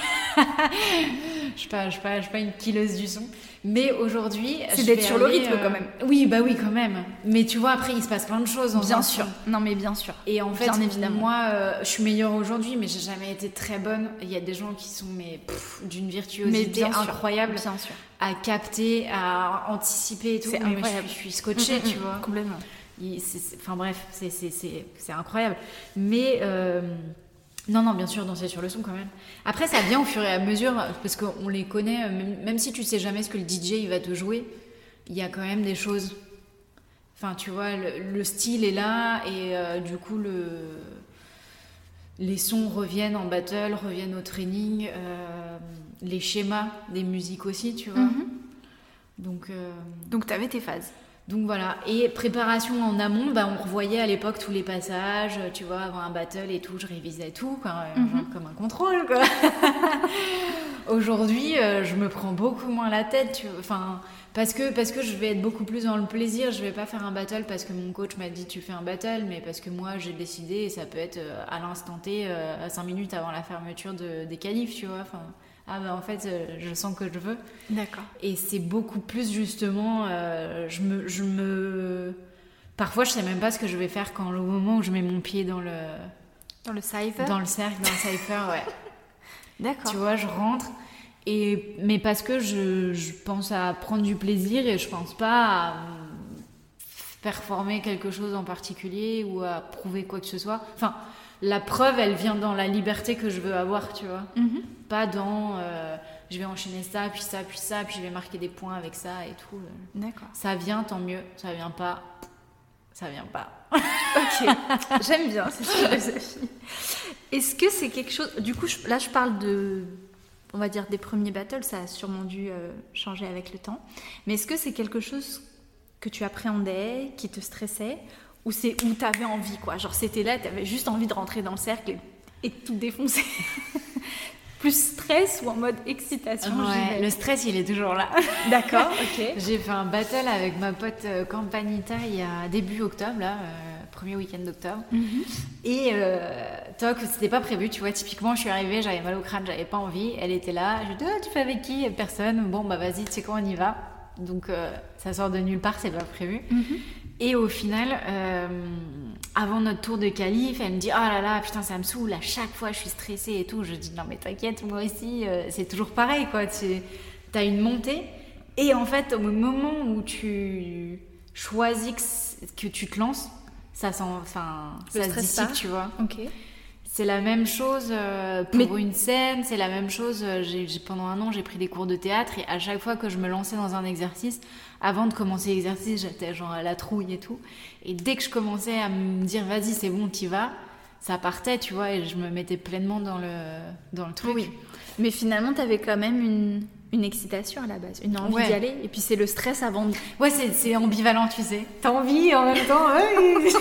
je suis pas, je suis pas, je suis pas une killeuse du son. Mais aujourd'hui, c'est d'être sur aller, le rythme euh... quand même. Oui, bah oui, quand même. Mais tu vois, après, il se passe plein de choses. Bien sûr. Son. Non, mais bien sûr. Et en fait, bien évidemment. moi, euh, je suis meilleure aujourd'hui, mais j'ai jamais été très bonne. Il y a des gens qui sont mais pff, d'une virtuosité incroyable, bien sûr. À capter, à anticiper et tout. C'est mais incroyable. Je, je suis scotchée, mmh, mmh, tu vois. Complètement. Enfin bref, c'est, c'est, c'est, c'est incroyable. Mais euh, non, non, bien sûr, danser sur le son quand même. Après, ça vient au fur et à mesure, parce qu'on les connaît, même, même si tu sais jamais ce que le D J il va te jouer, il y a quand même des choses. Enfin, tu vois, le, le style est là, et euh, du coup, le, les sons reviennent en battle, reviennent au training, euh, les schémas des musiques aussi, tu vois. Mm-hmm. Donc, euh, Donc, tu avais tes phases. Donc voilà, et préparation en amont, bah on revoyait à l'époque tous les passages, tu vois, avant un battle et tout, je révisais tout, quoi, mm-hmm. comme un contrôle, quoi. Aujourd'hui, euh, je me prends beaucoup moins la tête, tu vois, enfin, parce que, parce que je vais être beaucoup plus dans le plaisir, je vais pas faire un battle parce que mon coach m'a dit tu fais un battle, mais parce que moi j'ai décidé, et ça peut être euh, à l'instant T, euh, à cinq minutes avant la fermeture de, des qualifs, tu vois, enfin... Ah bah en fait, euh, je sens que je veux. D'accord. Et c'est beaucoup plus justement, euh, je me, je me, parfois je sais même pas ce que je vais faire quand le moment où je mets mon pied dans le, dans le cypher, dans le cercle, dans le cypher, ouais. D'accord. Tu vois, je rentre Et, mais parce que je, je pense à prendre du plaisir et je pense pas à performer quelque chose en particulier ou à prouver quoi que ce soit. Enfin, la preuve, elle vient dans la liberté que je veux avoir, tu vois. Mm-hmm. Pas dans euh, je vais enchaîner ça, puis ça, puis ça, puis je vais marquer des points avec ça et tout. D'accord. Ça vient, tant mieux. Ça vient pas, ça vient pas. Ok, j'aime bien cette philosophie. Est-ce que c'est quelque chose... Du coup, je, là, je parle de... On va dire des premiers battles, ça a sûrement dû euh, changer avec le temps. Mais est-ce que c'est quelque chose que tu appréhendais, qui te stressait, ou c'est où t'avais envie, quoi? Genre, c'était là, t'avais juste envie de rentrer dans le cercle et, et de tout défoncer. Plus stress ou en mode excitation? Ouais, le stress, il est toujours là. D'accord, ok. J'ai fait un battle avec ma pote euh, Campanita il y a début octobre, là, euh, premier week-end d'octobre. Mm-hmm. Et euh, toc, c'était pas prévu, tu vois. Typiquement, je suis arrivée, j'avais mal au crâne, j'avais pas envie. Elle était là. Je lui ai dit, oh, tu fais avec qui? Personne. Bon, bah vas-y, tu sais quoi, on y va. Donc, euh, ça sort de nulle part, c'est pas prévu. Mm-hmm. Et au final, euh, avant notre tour de qualif, elle me dit « Oh là là, putain, ça me saoule, à chaque fois, je suis stressée et tout. » Je dis « Non, mais t'inquiète, moi aussi, euh, c'est toujours pareil, quoi. Tu as une montée. » Et en fait, au moment où tu choisis que, que tu te lances, ça, sent, enfin, ça se dissipe, tu vois. Ok. C'est la même chose euh, pour mais... une scène, c'est la même chose. J'ai, j'ai, pendant un an, j'ai pris des cours de théâtre et à chaque fois que je me lançais dans un exercice, avant de commencer l'exercice, j'étais genre à la trouille et tout. Et dès que je commençais à me dire, vas-y, c'est bon, t'y vas, ça partait, tu vois, et je me mettais pleinement dans le, dans le truc. Oui. Mais finalement, t'avais quand même une, une excitation à la base, une envie ouais. d'y aller. Et puis c'est le stress avant de... Ouais, c'est, c'est ambivalent, tu sais. T'as envie en même temps. Ouais.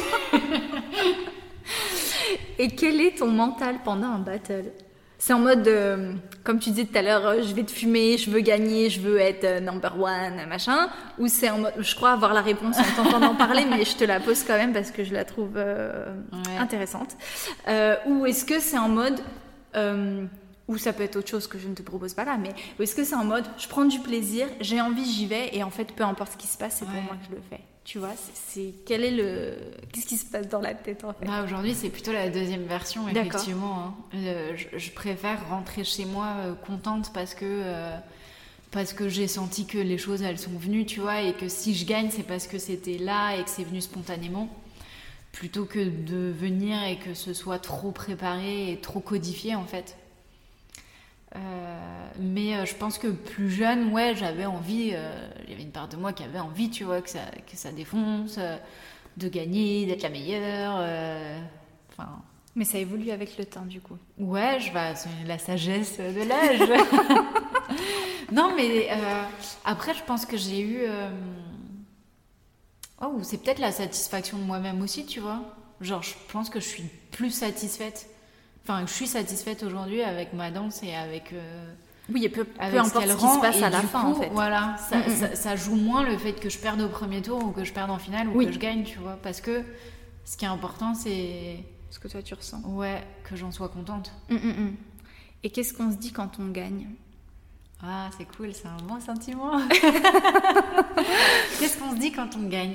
Et quel est ton mental pendant un battle? C'est en mode, euh, comme tu disais tout à l'heure, euh, je vais te fumer, je veux gagner, je veux être euh, number one, machin. Ou c'est en mode, je crois avoir la réponse en t'entendant parler, mais je te la pose quand même parce que je la trouve euh, ouais. intéressante. Euh, ou est-ce que c'est en mode, euh, ou ça peut être autre chose que je ne te propose pas là, mais ou est-ce que c'est en mode, je prends du plaisir, j'ai envie, j'y vais, et en fait, peu importe ce qui se passe, c'est ouais. pour moi que je le fais. Tu vois, c'est, c'est quel est le qu'est-ce qui se passe dans la tête en fait? Bah, aujourd'hui, c'est plutôt la deuxième version, effectivement. Hein. Euh, je, je préfère rentrer chez moi euh, contente parce que euh, parce que j'ai senti que les choses elles sont venues, tu vois, et que si je gagne, c'est parce que c'était là et que c'est venu spontanément, plutôt que de venir et que ce soit trop préparé et trop codifié en fait. Euh, mais euh, je pense que plus jeune, ouais, j'avais envie, euh, il y avait une part de moi qui avait envie, tu vois, que ça, que ça défonce, euh, de gagner, d'être la meilleure. Enfin. Euh, mais ça évolue avec le temps, du coup. Ouais, je vais, c'est la sagesse de l'âge. Non, mais euh, après, je pense que j'ai eu. Euh... Oh, c'est peut-être la satisfaction de moi-même aussi, tu vois. Genre, je pense que je suis plus satisfaite. Enfin, je suis satisfaite aujourd'hui avec ma danse et avec. Euh, oui, et peu, peu importe ce qui se passe à la fin, coup, en fait. Voilà, ça, mm-hmm. ça, ça joue moins le fait que je perde au premier tour ou que je perde en finale ou oui. que je gagne, tu vois. Parce que ce qui est important, c'est. Ce que toi tu ressens. Ouais, que j'en sois contente. Mm-mm. Et qu'est-ce qu'on se dit quand on gagne? Ah, c'est cool, c'est un bon sentiment. Qu'est-ce qu'on se dit quand on gagne?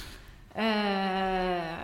Euh.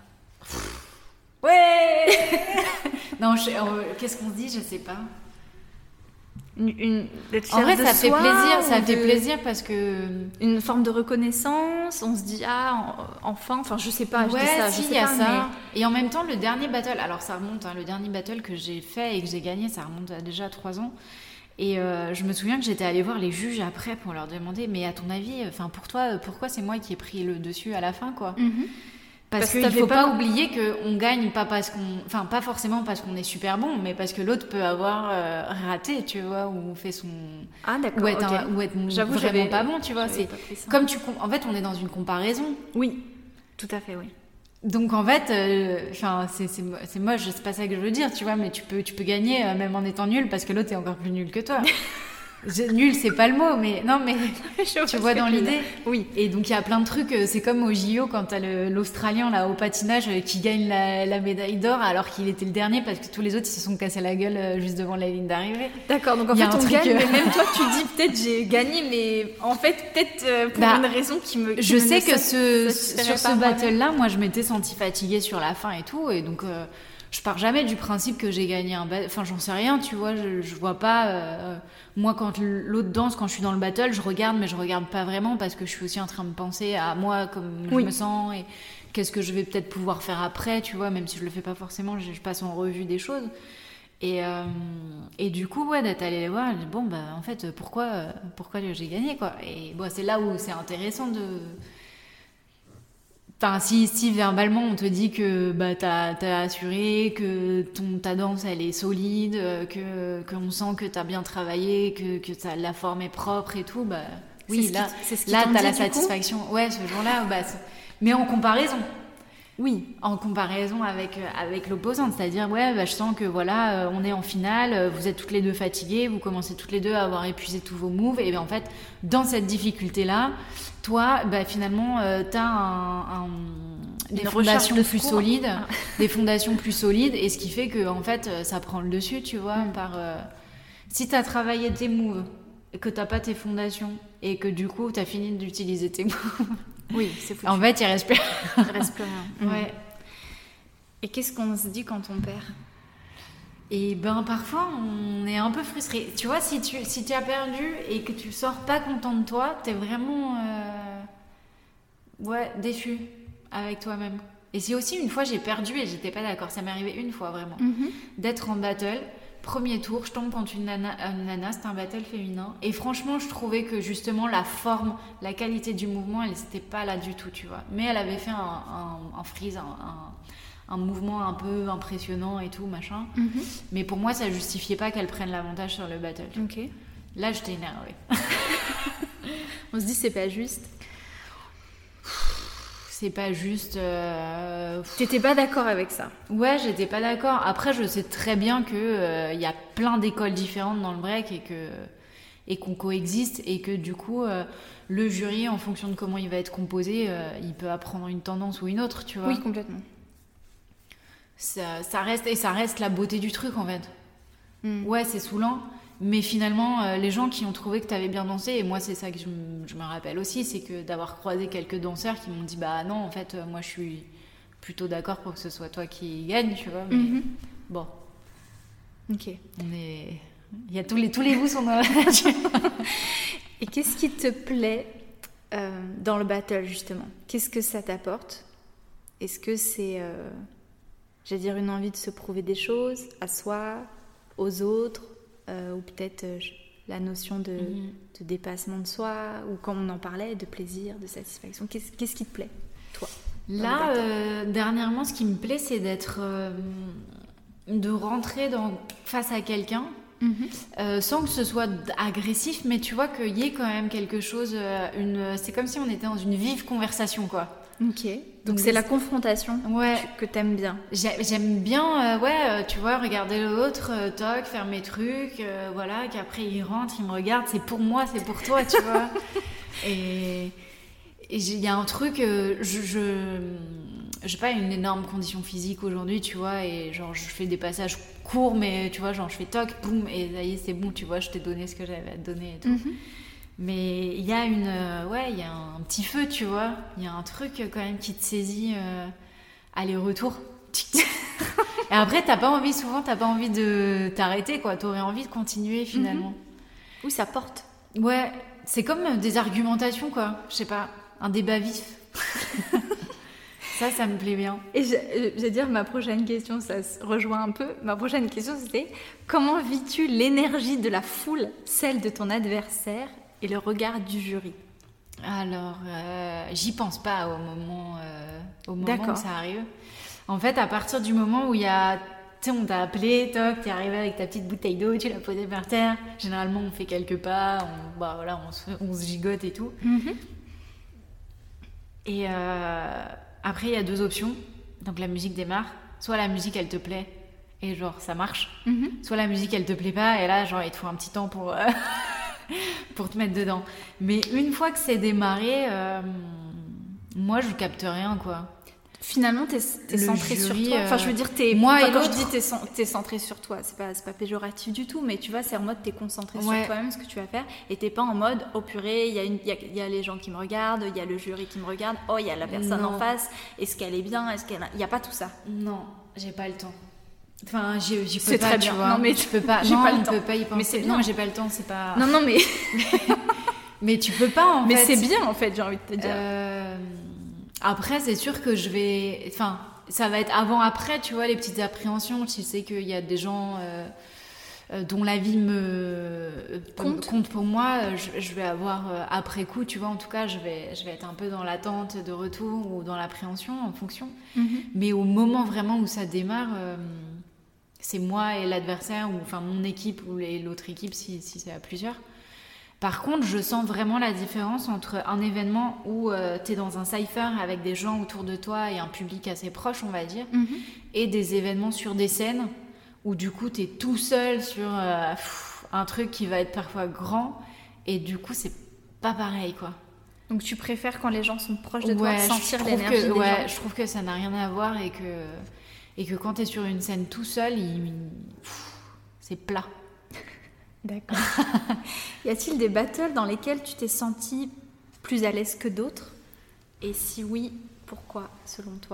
Ouais. Non, je, euh, qu'est-ce qu'on se dit? Je sais pas. Une, une, en vrai, ça fait plaisir. Ça de... fait plaisir parce que une forme de reconnaissance. On se dit ah enfin. Enfin, je sais pas. Ouais, je dis ça. Si, je sais y a pas, ça. Mais... Et en même temps, le dernier battle. Alors, ça remonte. Hein, le dernier battle que j'ai fait et que j'ai gagné, ça remonte à déjà trois ans. Et euh, je me souviens que j'étais allée voir les juges après pour leur demander, mais à ton avis, enfin pour toi, pourquoi c'est moi qui ai pris le dessus à la fin, quoi? Mm-hmm. Parce, parce qu'il ne faut pas, pas oublier qu'on gagne, pas parce qu'on, enfin pas forcément parce qu'on est super bon, mais parce que l'autre peut avoir euh, raté, tu vois, ou fait son, ah d'accord, ou être, okay. un, ou être J'avoue, vraiment j'avais... pas bon, tu vois. C'est comme tu, en fait, on est dans une comparaison. Oui, tout à fait, oui. Donc en fait, enfin euh, c'est, c'est c'est moche, c'est pas ça que je veux dire, tu vois, mais tu peux tu peux gagner euh, même en étant nul parce que l'autre est encore plus nul que toi. Je- Nul, c'est pas le mot, mais non, mais Je tu ce vois que dans tu veux l'idée. dire. Oui. Et donc il y a plein de trucs, euh, c'est comme au J O quand t'as le- l'Australien là au patinage euh, qui gagne la, la médaille d'or alors qu'il était le dernier parce que tous les autres ils se sont cassés la gueule euh, juste devant la ligne d'arrivée. D'accord, donc en Il y a fait un on truc, gagne, euh, mais même toi tu dis peut-être j'ai gagné, mais en fait peut-être euh, pour Bah, une raison qui me. qui Je me sais ne que sat- ce, satisferait sur pas ce moi-même. battle-là, moi, je m'étais sentie fatiguée sur la fin et tout, et donc euh, je pars jamais du principe que j'ai gagné un battle. Enfin, j'en sais rien, tu vois, je, je vois pas. euh, Moi, quand l'autre danse, quand je suis dans le battle, je regarde, mais je regarde pas vraiment parce que je suis aussi en train de penser à moi, comme Oui. je me sens et qu'est-ce que je vais peut-être pouvoir faire après, tu vois, même si je le fais pas forcément, je, je passe en revue des choses. Et, euh, et du coup, ouais, d'être allé les voir, je dis, bon, bah, en fait, pourquoi, euh, pourquoi j'ai gagné, quoi. Et bon, c'est là où c'est intéressant de. Enfin, si, si verbalement on te dit que bah, t'as, t'as assuré, que ton, ta danse elle est solide, euh, que, qu'on sent que t'as bien travaillé, que, que t'as- la forme est propre et tout, bah C'est oui, ce là, qui- c'est ce qui là t'ont t'as dit, la du coup satisfaction. Ouais, ce jour-là, bah, c'est- mais en comparaison. Oui. En comparaison avec, euh, avec l'opposante, c'est-à-dire, ouais, bah, je sens que voilà, euh, on est en finale, euh, vous êtes toutes les deux fatiguées, vous commencez toutes les deux à avoir épuisé tous vos moves, et bien en fait, dans cette difficulté-là, toi, bah, finalement, euh, t'as un, un- des Une recherche fondations de plus secours. solides, Ah. des fondations plus solides, et ce qui fait que en fait, euh, ça prend le dessus, tu vois, Mm. par. euh, si t'as travaillé tes moves, et que t'as pas tes fondations, et que du coup, t'as fini d'utiliser tes moves, Oui, c'est foutu. en fait, il reste plus. Il reste plus rien. Ouais. Et qu'est-ce qu'on se dit quand on perd? Et ben parfois on est un peu frustré. Tu vois, si tu si tu as perdu et que tu sors pas content de toi, t'es vraiment euh, ouais déçu avec toi-même. Et c'est aussi une fois j'ai perdu et j'étais pas d'accord. Ça m'est arrivé une fois vraiment Mhm. d'être en battle. Premier tour, je tombe contre une nana, une nana, c'était un battle féminin. Et franchement, je trouvais que justement la forme, la qualité du mouvement, elle n'était pas là du tout, tu vois. Mais elle avait fait un, un, un freeze, un, un, un mouvement un peu impressionnant et tout, machin. Mhm. Mais pour moi, ça justifiait pas qu'elle prenne l'avantage sur le battle. Ok. Là, j'étais énervée. On se dit c'est pas juste. C'est pas juste. euh, T'étais pas d'accord avec ça? Ouais, j'étais pas d'accord. Après, je sais très bien que euh, y a plein d'écoles différentes dans le break et que et qu'on coexiste et que du coup, euh, le jury, en fonction de comment il va être composé, euh, il peut apprendre une tendance ou une autre, tu vois. Oui, complètement. Ça, ça reste et ça reste la beauté du truc en fait. Mm. Ouais, c'est saoulant, mais finalement, euh, les gens qui ont trouvé que t'avais bien dansé, et moi c'est ça que je, m- je me rappelle aussi, c'est que d'avoir croisé quelques danseurs qui m'ont dit bah non, en fait, euh, moi je suis plutôt d'accord pour que ce soit toi qui gagne, tu vois. Mais Mhm. bon, Ok. on est, il y a tous les tous les bouts sont dans. Et qu'est-ce qui te plaît euh, dans le battle justement? Qu'est-ce que ça t'apporte? Est-ce que c'est, euh, j'allais dire, une envie de se prouver des choses à soi, aux autres, euh, ou peut-être euh, la notion de, Mhm. de dépassement de soi, ou comme on en parlait, de plaisir, de satisfaction. Qu'est-ce, qu'est-ce qui te plaît, toi? Là, euh, dernièrement, ce qui me plaît, c'est d'être, euh, de rentrer dans face à quelqu'un. Mhm. Euh, sans que ce soit d- agressif, mais tu vois qu'il y ait quand même quelque chose, euh, une, c'est comme si on était dans une vive conversation, quoi. Ok. Donc, Donc, c'est c'est- la confrontation Ouais, que t'aimes bien. J'ai- j'aime bien, euh, ouais, euh, tu vois, regarder l'autre, euh, toc, faire mes trucs, euh, voilà, qu'après il rentre, il me regarde, c'est pour moi, c'est pour toi, tu vois. Et et j'ai- il y a un truc, euh, je, je, j'ai pas une énorme condition physique aujourd'hui, tu vois, et genre je fais des passages courts, mais tu vois, genre je fais toc, boum, et ça y est, c'est bon, tu vois, je t'ai donné ce que j'avais à te donner et tout. Mhm. Mais il y a une, euh, ouais, il y a un petit feu, tu vois, il y a un truc euh, quand même qui te saisit, euh, aller-retour. Et après, t'as pas envie, souvent, t'as pas envie de t'arrêter, quoi. T'aurais envie de continuer finalement. Oui, ça porte. Ouais, c'est comme euh, des argumentations, quoi. Je sais pas, un débat vif. Ça, ça me plaît bien. Et je, je vais dire, ma prochaine question, ça se rejoint un peu. Ma prochaine question, c'était comment vis-tu l'énergie de la foule, celle de ton adversaire et le regard du jury? Alors, euh, j'y pense pas au moment, euh, au moment D'accord. où ça arrive. En fait, à partir du moment où il y a, tu sais, on t'a appelé, toc, t'es arrivé avec ta petite bouteille d'eau, tu l'as posée par terre. Généralement, on fait quelques pas, on, bah voilà, on se, on se gigote et tout. Et euh, après, il y a deux options. Donc la musique démarre. Soit la musique, elle te plaît, et genre ça marche. Mhm. Soit la musique, elle te plaît pas, et là, genre, il te faut un petit temps pour, euh, pour te mettre dedans. Mais une fois que c'est démarré, euh, moi, je capte rien, quoi. Finalement, t'es, t'es centré jury, sur toi. Enfin, je veux dire, t'es. Moi enfin, et quand l'autre. je dis t'es, t'es centré sur toi, c'est pas, c'est pas péjoratif du tout, mais tu vois, c'est en mode t'es concentré ouais. sur toi-même, ce que tu vas faire, et t'es pas en mode oh purée, il y a une, il y a, il y a les gens qui me regardent, il y a le jury qui me regarde, oh il y a la personne non. en face, est-ce qu'elle est bien, est-ce qu'elle, a... il y a pas tout ça. Non, j'ai pas le temps. Enfin, j'y, j'y peux c'est pas, très tu bien. vois. Non mais tu peux pas. j'ai non, pas le on temps. peut pas y penser. Mais c'est bien. Non, j'ai pas le temps, c'est pas. Non non mais. mais tu peux pas en mais fait. Mais c'est bien en fait, j'ai envie de te dire. Euh... Après, c'est sûr que je vais. Enfin. Ça va être avant-après, tu vois, les petites appréhensions. Tu sais qu'il y a des gens euh, euh, dont la vie me compte, compte pour moi. Je, je vais avoir euh, après coup, tu vois, en tout cas, je vais, je vais être un peu dans l'attente de retour ou dans l'appréhension en fonction. Mm-hmm. Mais au moment vraiment où ça démarre, euh, c'est moi et l'adversaire, ou enfin mon équipe ou les, l'autre équipe si, si c'est à plusieurs. Par contre, je sens vraiment la différence entre un événement où euh, tu es dans un cypher avec des gens autour de toi et un public assez proche, on va dire, mm-hmm. et des événements sur des scènes où du coup tu es tout seul sur euh, pff, un truc qui va être parfois grand et du coup c'est pas pareil, quoi. Donc tu préfères quand les gens sont proches de ouais, toi sentir je l'énergie que, des ouais, gens. Je trouve que ça n'a rien à voir et que, et que quand tu es sur une scène tout seul, il, pff, c'est plat. D'accord. Y a-t-il des battles dans lesquels tu t'es senti plus à l'aise que d'autres ? Et si oui, pourquoi, selon toi ?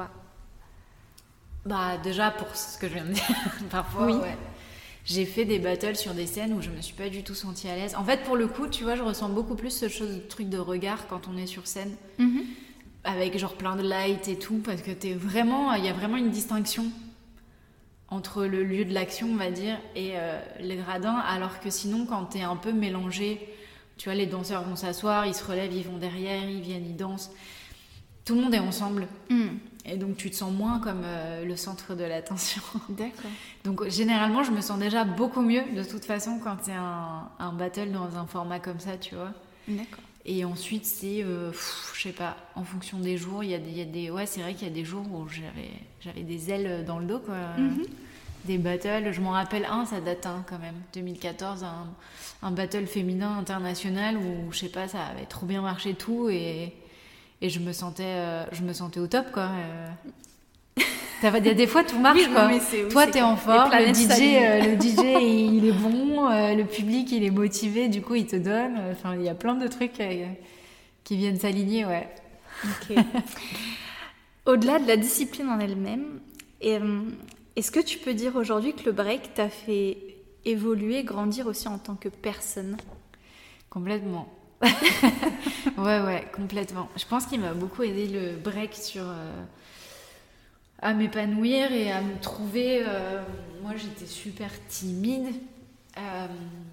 Bah déjà pour ce que je viens de dire, parfois, oui. ouais. J'ai fait des battles sur des scènes où je me suis pas du tout sentie à l'aise. En fait, pour le coup, tu vois, je ressens beaucoup plus ce chose, truc de regard quand on est sur scène, mm-hmm. avec genre plein de lights et tout, parce que t'es vraiment, il y a vraiment une distinction entre le lieu de l'action, on va dire, et euh, les gradins, alors que sinon, quand t'es un peu mélangé, tu vois, les danseurs vont s'asseoir, ils se relèvent, ils vont derrière, ils viennent, ils dansent. Tout le monde est ensemble. Mm. Et donc, tu te sens moins comme euh, le centre de l'attention. D'accord. Donc, généralement, je me sens déjà beaucoup mieux, de toute façon, quand c'est un, un battle dans un format comme ça, tu vois. D'accord. Et ensuite, c'est, euh, pff, je sais pas, en fonction des jours, il y a des, il y a des, ouais, c'est vrai qu'il y a des jours où j'avais, j'avais des ailes dans le dos, quoi. Mm-hmm. Des battles, je m'en rappelle un, ça date hein, quand même, deux mille quatorze, un, un battle féminin international où, je sais pas, ça avait trop bien marché tout et, et je me sentais, euh, je me sentais au top, quoi. Euh... Il y a des fois, tout marche, oui, quoi. Non, c'est, oui, Toi, t'es en forme, le D J, euh, le D J, il est bon, euh, le public, il est motivé, du coup, il te donne. Enfin, il y a plein de trucs euh, qui viennent s'aligner, ouais. Ok. Au-delà de la discipline en elle-même, et, euh, est-ce que tu peux dire aujourd'hui que le break t'a fait évoluer, grandir aussi en tant que personne ? Complètement. ouais, ouais, complètement. Je pense qu'il m'a beaucoup aidé le break sur... Euh, à m'épanouir et à me trouver. Euh, moi, j'étais super timide euh,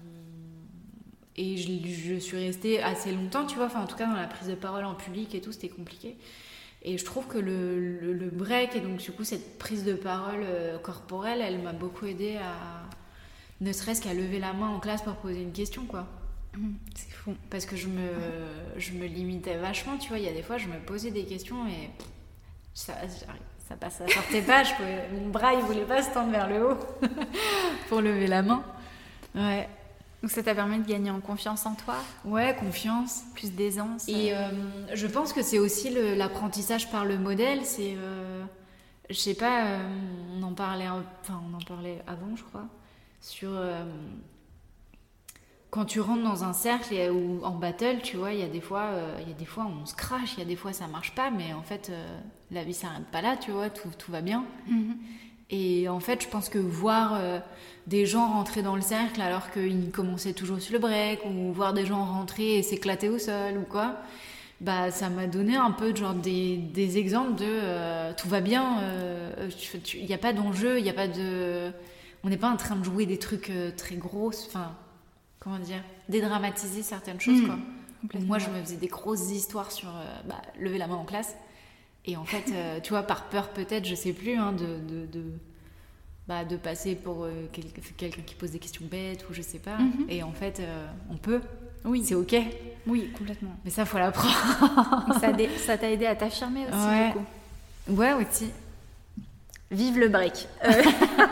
et je, je suis restée assez longtemps, tu vois. Enfin, en tout cas, dans la prise de parole en public et tout, c'était compliqué. Et je trouve que le, le, le break et donc du coup cette prise de parole euh, corporelle, elle m'a beaucoup aidée à, ne serait-ce qu'à lever la main en classe pour poser une question, quoi. Mmh, c'est fou. Parce que je me, je me limitais vachement, tu vois. Il y a des fois, je me posais des questions et ça, ça passe, ça sortait pas. Je pouvais, mon bras, il voulait pas se tendre vers le haut pour lever la main. Ouais. Donc ça t'a permis de gagner en confiance en toi ? Ouais, confiance. Plus d'aisance. Et euh, je pense que c'est aussi le, l'apprentissage par le modèle. C'est, euh, je sais pas, euh, on en parlait, enfin on en parlait avant, je crois, sur euh, quand tu rentres dans un cercle et, ou en battle, tu vois, il y a des fois, euh, il y a des fois on se crache, il y a des fois ça marche pas, mais en fait euh, la vie s'arrête pas là, tu vois, tout, tout va bien. Mm-hmm. Et en fait, je pense que voir euh, des gens rentrer dans le cercle alors qu'ils commençaient toujours sur le break, ou voir des gens rentrer et s'éclater au sol ou quoi, bah ça m'a donné un peu genre des, des exemples de euh, tout va bien, il euh, n'y a pas d'enjeu, il y a pas de, on n'est pas en train de jouer des trucs euh, très grosses, enfin comment dire, dédramatiser certaines choses, mmh, quoi. Moi, je me faisais des grosses histoires sur euh, bah, lever la main en classe. Et en fait, euh, tu vois, par peur peut-être, je sais plus, hein, de, de, de, bah, de passer pour euh, quel, quelqu'un qui pose des questions bêtes ou je sais pas. Mm-hmm. Et en fait, euh, on peut. Oui. C'est OK. Oui, complètement. Mais ça, faut l'apprendre. ça, dé- ça t'a aidé à t'affirmer aussi, ouais. du coup. Ouais, aussi. Vive le break. Euh...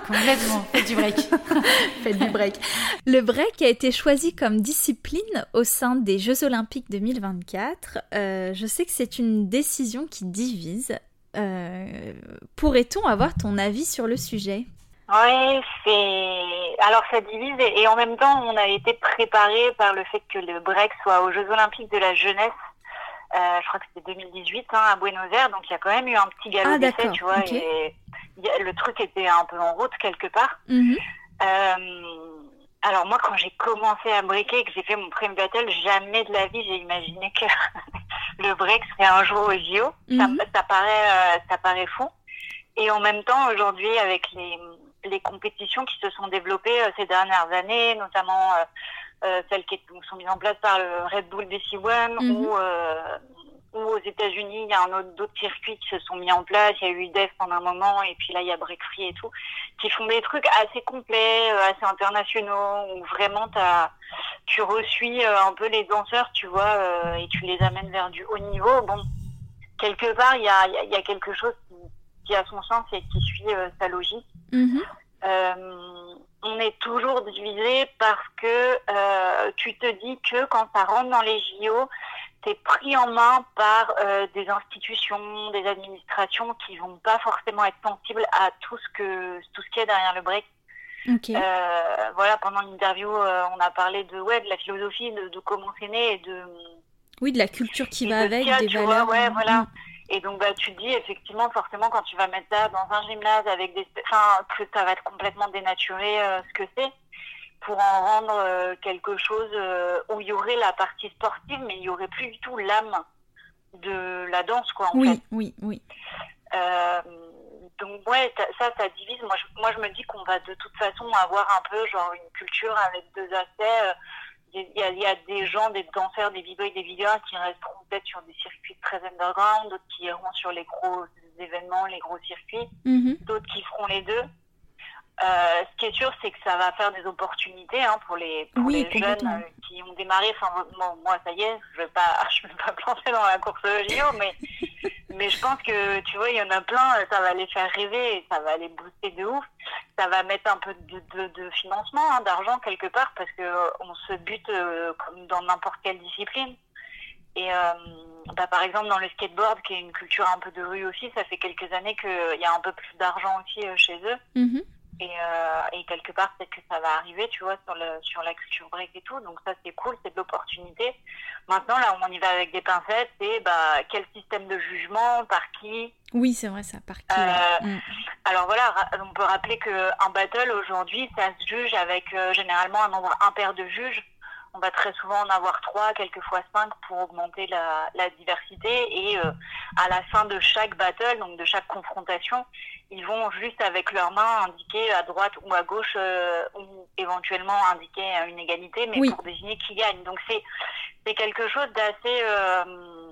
Complètement, faites du break. Faites du break. Le break a été choisi comme discipline au sein des Jeux Olympiques deux mille vingt-quatre. Euh, je sais que c'est une décision qui divise. Euh, pourrait-on avoir ton avis sur le sujet ? Oui, c'est... Alors ça divise et, et en même temps on a été préparé par le fait que le break soit aux Jeux Olympiques de la jeunesse. Euh, je crois que c'était deux mille dix-huit hein, à Buenos Aires, donc il y a quand même eu un petit galop ah, d'essai, tu vois, okay. et y a, le truc était un peu en route quelque part. Mm-hmm. Euh, alors moi, quand j'ai commencé à breaker et que j'ai fait mon premier battle, jamais de la vie j'ai imaginé que le break serait un jour au J O. Mm-hmm. Ça, ça paraît, euh, ça paraît fou. Et en même temps, aujourd'hui, avec les les compétitions qui se sont développées euh, ces dernières années, notamment euh, Euh, celles qui sont mises en place par le Red Bull D C un mm-hmm. ou, euh, ou aux États-Unis, il y a un autre, d'autres circuits qui se sont mis en place. Il y a eu Def pendant un moment et puis là il y a Break Free et tout, qui font des trucs assez complets, euh, assez internationaux où vraiment t'as, tu reçuis euh, un peu les danseurs, tu vois, euh, et tu les amènes vers du haut niveau. Bon, quelque part il y a, y a quelque chose qui, qui a son sens et qui suit euh, sa logique. Mm-hmm. Euh, on est toujours divisé parce que euh, tu te dis que quand ça rentre dans les J O, t'es pris en main par euh, des institutions, des administrations qui vont pas forcément être sensibles à tout ce que tout ce qu'il y a derrière le break. Okay. Euh, voilà, pendant l'interview, euh, on a parlé de ouais de la philosophie, de, de comment c'est né et de oui de la culture qui va avec, des tu valeurs. Vois, ouais, voilà. Et donc, bah, tu te dis, effectivement, forcément, quand tu vas mettre ça dans un gymnase avec des, enfin, que ça va être complètement dénaturé, euh, ce que c'est, pour en rendre euh, quelque chose euh, où il y aurait la partie sportive, mais il y aurait plus du tout l'âme de la danse, quoi, en oui, fait. Oui, oui, oui. Euh, donc, ouais, ça, ça divise. Moi je, moi, je me dis qu'on va de toute façon avoir un peu, genre, une culture avec deux aspects. Euh, Il y, a, il y a des gens, des danseurs, des b-boys, des vidéos qui resteront peut-être sur des circuits très underground, d'autres qui iront sur les gros événements, les gros circuits, mm-hmm. d'autres qui feront les deux. Euh, ce qui est sûr, c'est que ça va faire des opportunités hein, pour les, pour oui, les jeunes euh, qui ont démarré. Enfin, bon, moi, ça y est, je ne vais pas, je vais pas planter dans la course J O, mais, mais je pense que, tu vois, il y en a plein, ça va les faire rêver, et ça va les booster de ouf. Ça va mettre un peu de, de, de financement, hein, d'argent quelque part, parce que euh, on se bute euh, comme dans n'importe quelle discipline. Et euh, bah, par exemple, dans le skateboard, qui est une culture un peu de rue aussi, ça fait quelques années qu'il y a un peu plus d'argent aussi euh, chez eux. Mm-hmm. Et, euh, et quelque part, peut-être que ça va arriver, tu vois, sur, le, sur la culture break et tout. Donc ça, c'est cool, c'est de l'opportunité. Maintenant, là où on y va avec des pincettes, c'est bah, quel système de jugement, par qui. Oui, c'est vrai, ça, par qui. Euh, mm. Alors voilà, on peut rappeler qu'un battle, aujourd'hui, ça se juge avec euh, généralement un nombre impair de juges. On va très souvent en avoir trois, quelquefois cinq pour augmenter la, la diversité. Et euh, à la fin de chaque battle, donc de chaque confrontation, ils vont juste avec leurs mains indiquer à droite ou à gauche euh, ou éventuellement indiquer une égalité, mais oui. pour désigner qui gagne. Donc c'est c'est quelque chose d'assez... Euh,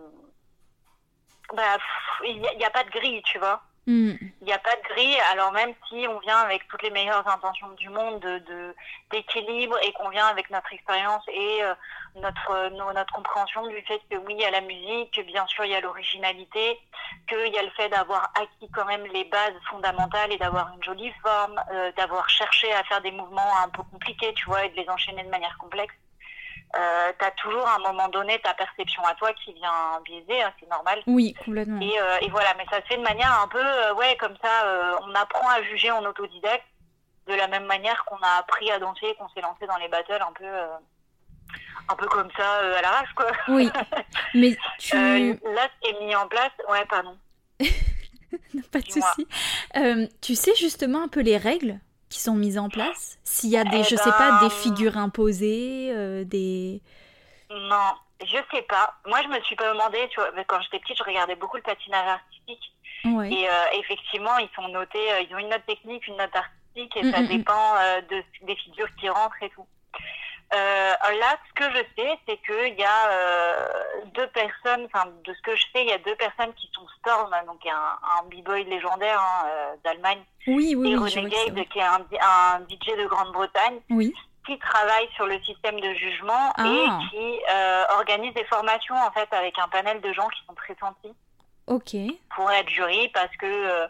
bah, il n'y a, a pas de grille, tu vois. Il mm. n'y a pas de grille, alors même si on vient avec toutes les meilleures intentions du monde de, de, d'équilibre et qu'on vient avec notre expérience et euh, notre, no, notre compréhension du fait que oui, il y a la musique, que bien sûr il y a l'originalité, qu'il y a le fait d'avoir acquis quand même les bases fondamentales et d'avoir une jolie forme, euh, d'avoir cherché à faire des mouvements un peu compliqués, tu vois, et de les enchaîner de manière complexe. Euh, t'as toujours à un moment donné ta perception à toi qui vient biaiser, hein, c'est normal. Oui, complètement. Et, euh, et voilà, mais ça se fait de manière un peu, euh, ouais, comme ça, euh, on apprend à juger en autodidacte de la même manière qu'on a appris à danser, qu'on s'est lancé dans les battles un peu, euh, un peu comme ça euh, à l'arrache, quoi. Oui, mais tu... euh, là, ce qui est mis en place, ouais, pardon. Non, pas de souci. Euh, tu sais justement un peu les règles qui sont mises en place? S'il y a des, eh je ben, sais pas, des figures imposées, euh, des... Non, je sais pas. Moi, je me suis pas demandé, tu vois, quand j'étais petite, je regardais beaucoup le patinage artistique. Ouais. Et euh, effectivement, ils sont notés, euh, ils ont une note technique, une note artistique, et mmh, ça mmh. dépend euh, de, des figures qui rentrent et tout. Euh, là, ce que je sais, c'est qu'il y a euh, deux personnes, enfin, de ce que je sais, il y a deux personnes qui sont Storm, donc un, un b-boy légendaire hein, euh, d'Allemagne, oui, oui, et oui, Renegade, qui est un, un D J de Grande-Bretagne, oui. qui travaille sur le système de jugement ah. et qui euh, organise des formations, en fait, avec un panel de gens qui sont pressentis. Ok. Pour être jury, parce que... Euh,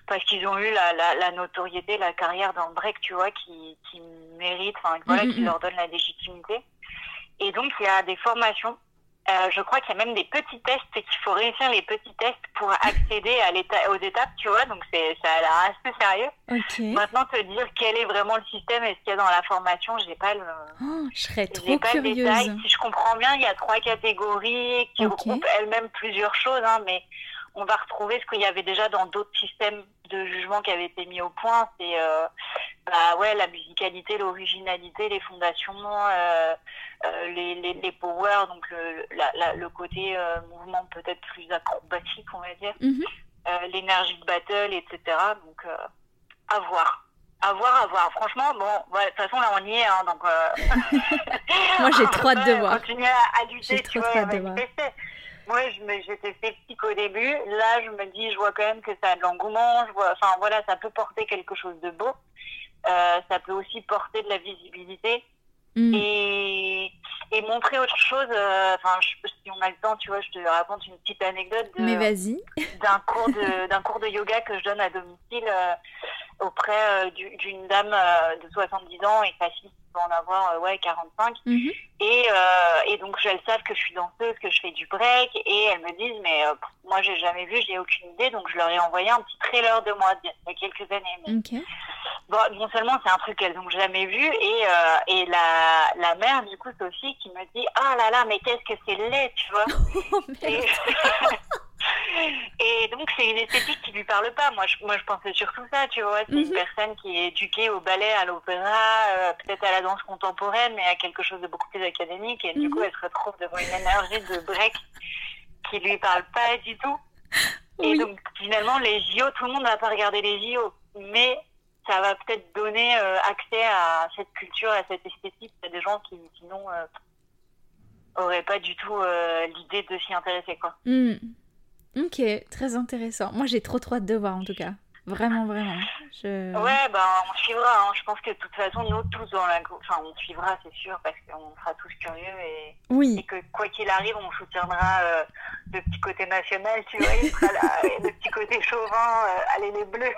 parce qu'ils ont eu la, la, la notoriété, la carrière dans le break, tu vois, qui, qui mérite, enfin, voilà, mm-hmm. qui leur donne la légitimité. Et donc, il y a des formations. Euh, je crois qu'il y a même des petits tests et qu'il faut réussir les petits tests pour accéder à l'éta- aux étapes, tu vois. Donc, c'est, ça a l'air assez sérieux. Okay. Maintenant, te dire quel est vraiment le système et ce qu'il y a dans la formation, j'ai pas le, oh, je serais trop j'ai pas curieuse. le détail. Si je comprends bien, il y a trois catégories qui okay. regroupent elles-mêmes plusieurs choses, hein, mais on va retrouver ce qu'il y avait déjà dans d'autres systèmes de jugement qui avaient été mis au point. C'est euh, bah ouais, la musicalité, l'originalité, les fondations, euh, euh, les, les, les powers, donc le, la, la, le côté euh, mouvement peut-être plus acrobatique, on va dire, mm-hmm. euh, l'énergie de battle, et cetera. Donc, euh, à voir. À voir, à voir. Franchement, bon, ouais, de toute façon, là, on y est, hein, donc... Euh... Moi, j'ai trop hâte de voir. Continuer à, à lutter, j'ai tu trop vois, hâte de voir. Moi, je me, j'étais sceptique au début. Là, je me dis, je vois quand même que ça a de l'engouement. Je vois, enfin, voilà, ça peut porter quelque chose de beau. Euh, ça peut aussi porter de la visibilité. Mm. Et, et montrer autre chose. Enfin, euh, si on a le temps, tu vois, je te raconte une petite anecdote de, Mais vas-y. d'un cours de, d'un cours de yoga que je donne à domicile euh, auprès euh, du, d'une dame euh, de soixante-dix ans et sa fille qui va en avoir, euh, ouais, quarante-cinq. Mm-hmm. Et, euh, et donc, elles savent que je suis danseuse, que je fais du break, et elles me disent, mais euh, moi, j'ai jamais vu, j'ai aucune idée, donc je leur ai envoyé un petit trailer de moi il y a quelques années. Mais... Okay. Bon, non seulement c'est un truc qu'elles n'ont jamais vu, et, euh, et la, la mère, du coup, Sophie, qui me dit, ah là là, mais qu'est-ce que c'est laid, tu vois. Oh, et... et donc, c'est une esthétique qui lui parle pas. Moi, je, moi, je pensais surtout ça, tu vois. C'est mm-hmm. une personne qui est éduquée au ballet, à l'opéra, euh, peut-être à la danse contemporaine, mais à quelque chose de beaucoup plus académique. Et mm-hmm. du coup, elle se retrouve devant une énergie de break qui lui parle pas du tout. Oui. Et donc, finalement, les J O, tout le monde n'a pas regardé les J O. Mais ça va peut-être donner euh, accès à cette culture, à cette esthétique. Il y a des gens qui, sinon, euh, auraient pas du tout euh, l'idée de s'y intéresser, quoi. Mm. Ok, très intéressant. Moi, j'ai trop trop hâte de voir, en tout cas. Vraiment, vraiment. Je... Ouais, ben, on suivra. Hein. Je pense que de toute façon, nous tous dans la... Enfin, on suivra, c'est sûr, parce qu'on sera tous curieux et, oui. et que quoi qu'il arrive, on soutiendra euh, le petit côté national, tu vois, il sera là, et le petit côté chauvin, euh, allez les bleus.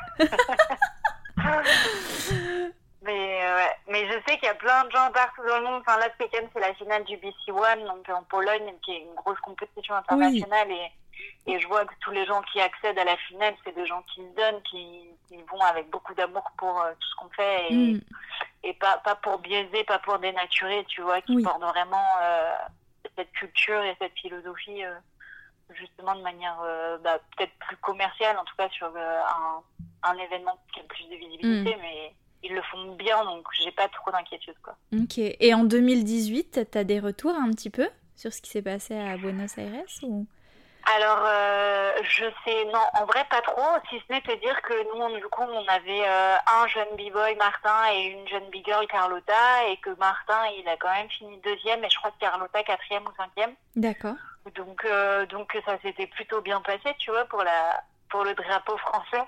Mais, euh, ouais. Mais je sais qu'il y a plein de gens partout dans le monde. Enfin, là, ce week-end, c'est la finale du B C One, donc en Pologne, qui est une grosse compétition internationale. Oui. Et, et je vois que tous les gens qui accèdent à la finale, c'est des gens qui se donnent, qui, qui vont avec beaucoup d'amour pour euh, tout ce qu'on fait. Et, mm. et pas, pas pour biaiser, pas pour dénaturer, tu vois, qui oui. portent vraiment euh, cette culture et cette philosophie, euh, justement de manière euh, bah, peut-être plus commerciale, en tout cas sur euh, un, un événement qui a plus de visibilité, mm. mais... Ils le font bien, donc j'ai pas trop d'inquiétude, quoi. Ok. Et en deux mille dix-huit, t'as des retours un petit peu sur ce qui s'est passé à Buenos Aires ou... Alors, euh, je sais, non, en vrai pas trop, si ce n'est te dire que nous, on, du coup, on avait euh, un jeune b-boy, Martin, et une jeune b-girl, Carlotta, et que Martin, il a quand même fini deuxième, et je crois que Carlotta, quatrième ou cinquième. D'accord. Donc, euh, donc ça s'était plutôt bien passé, tu vois, pour la... pour le drapeau français.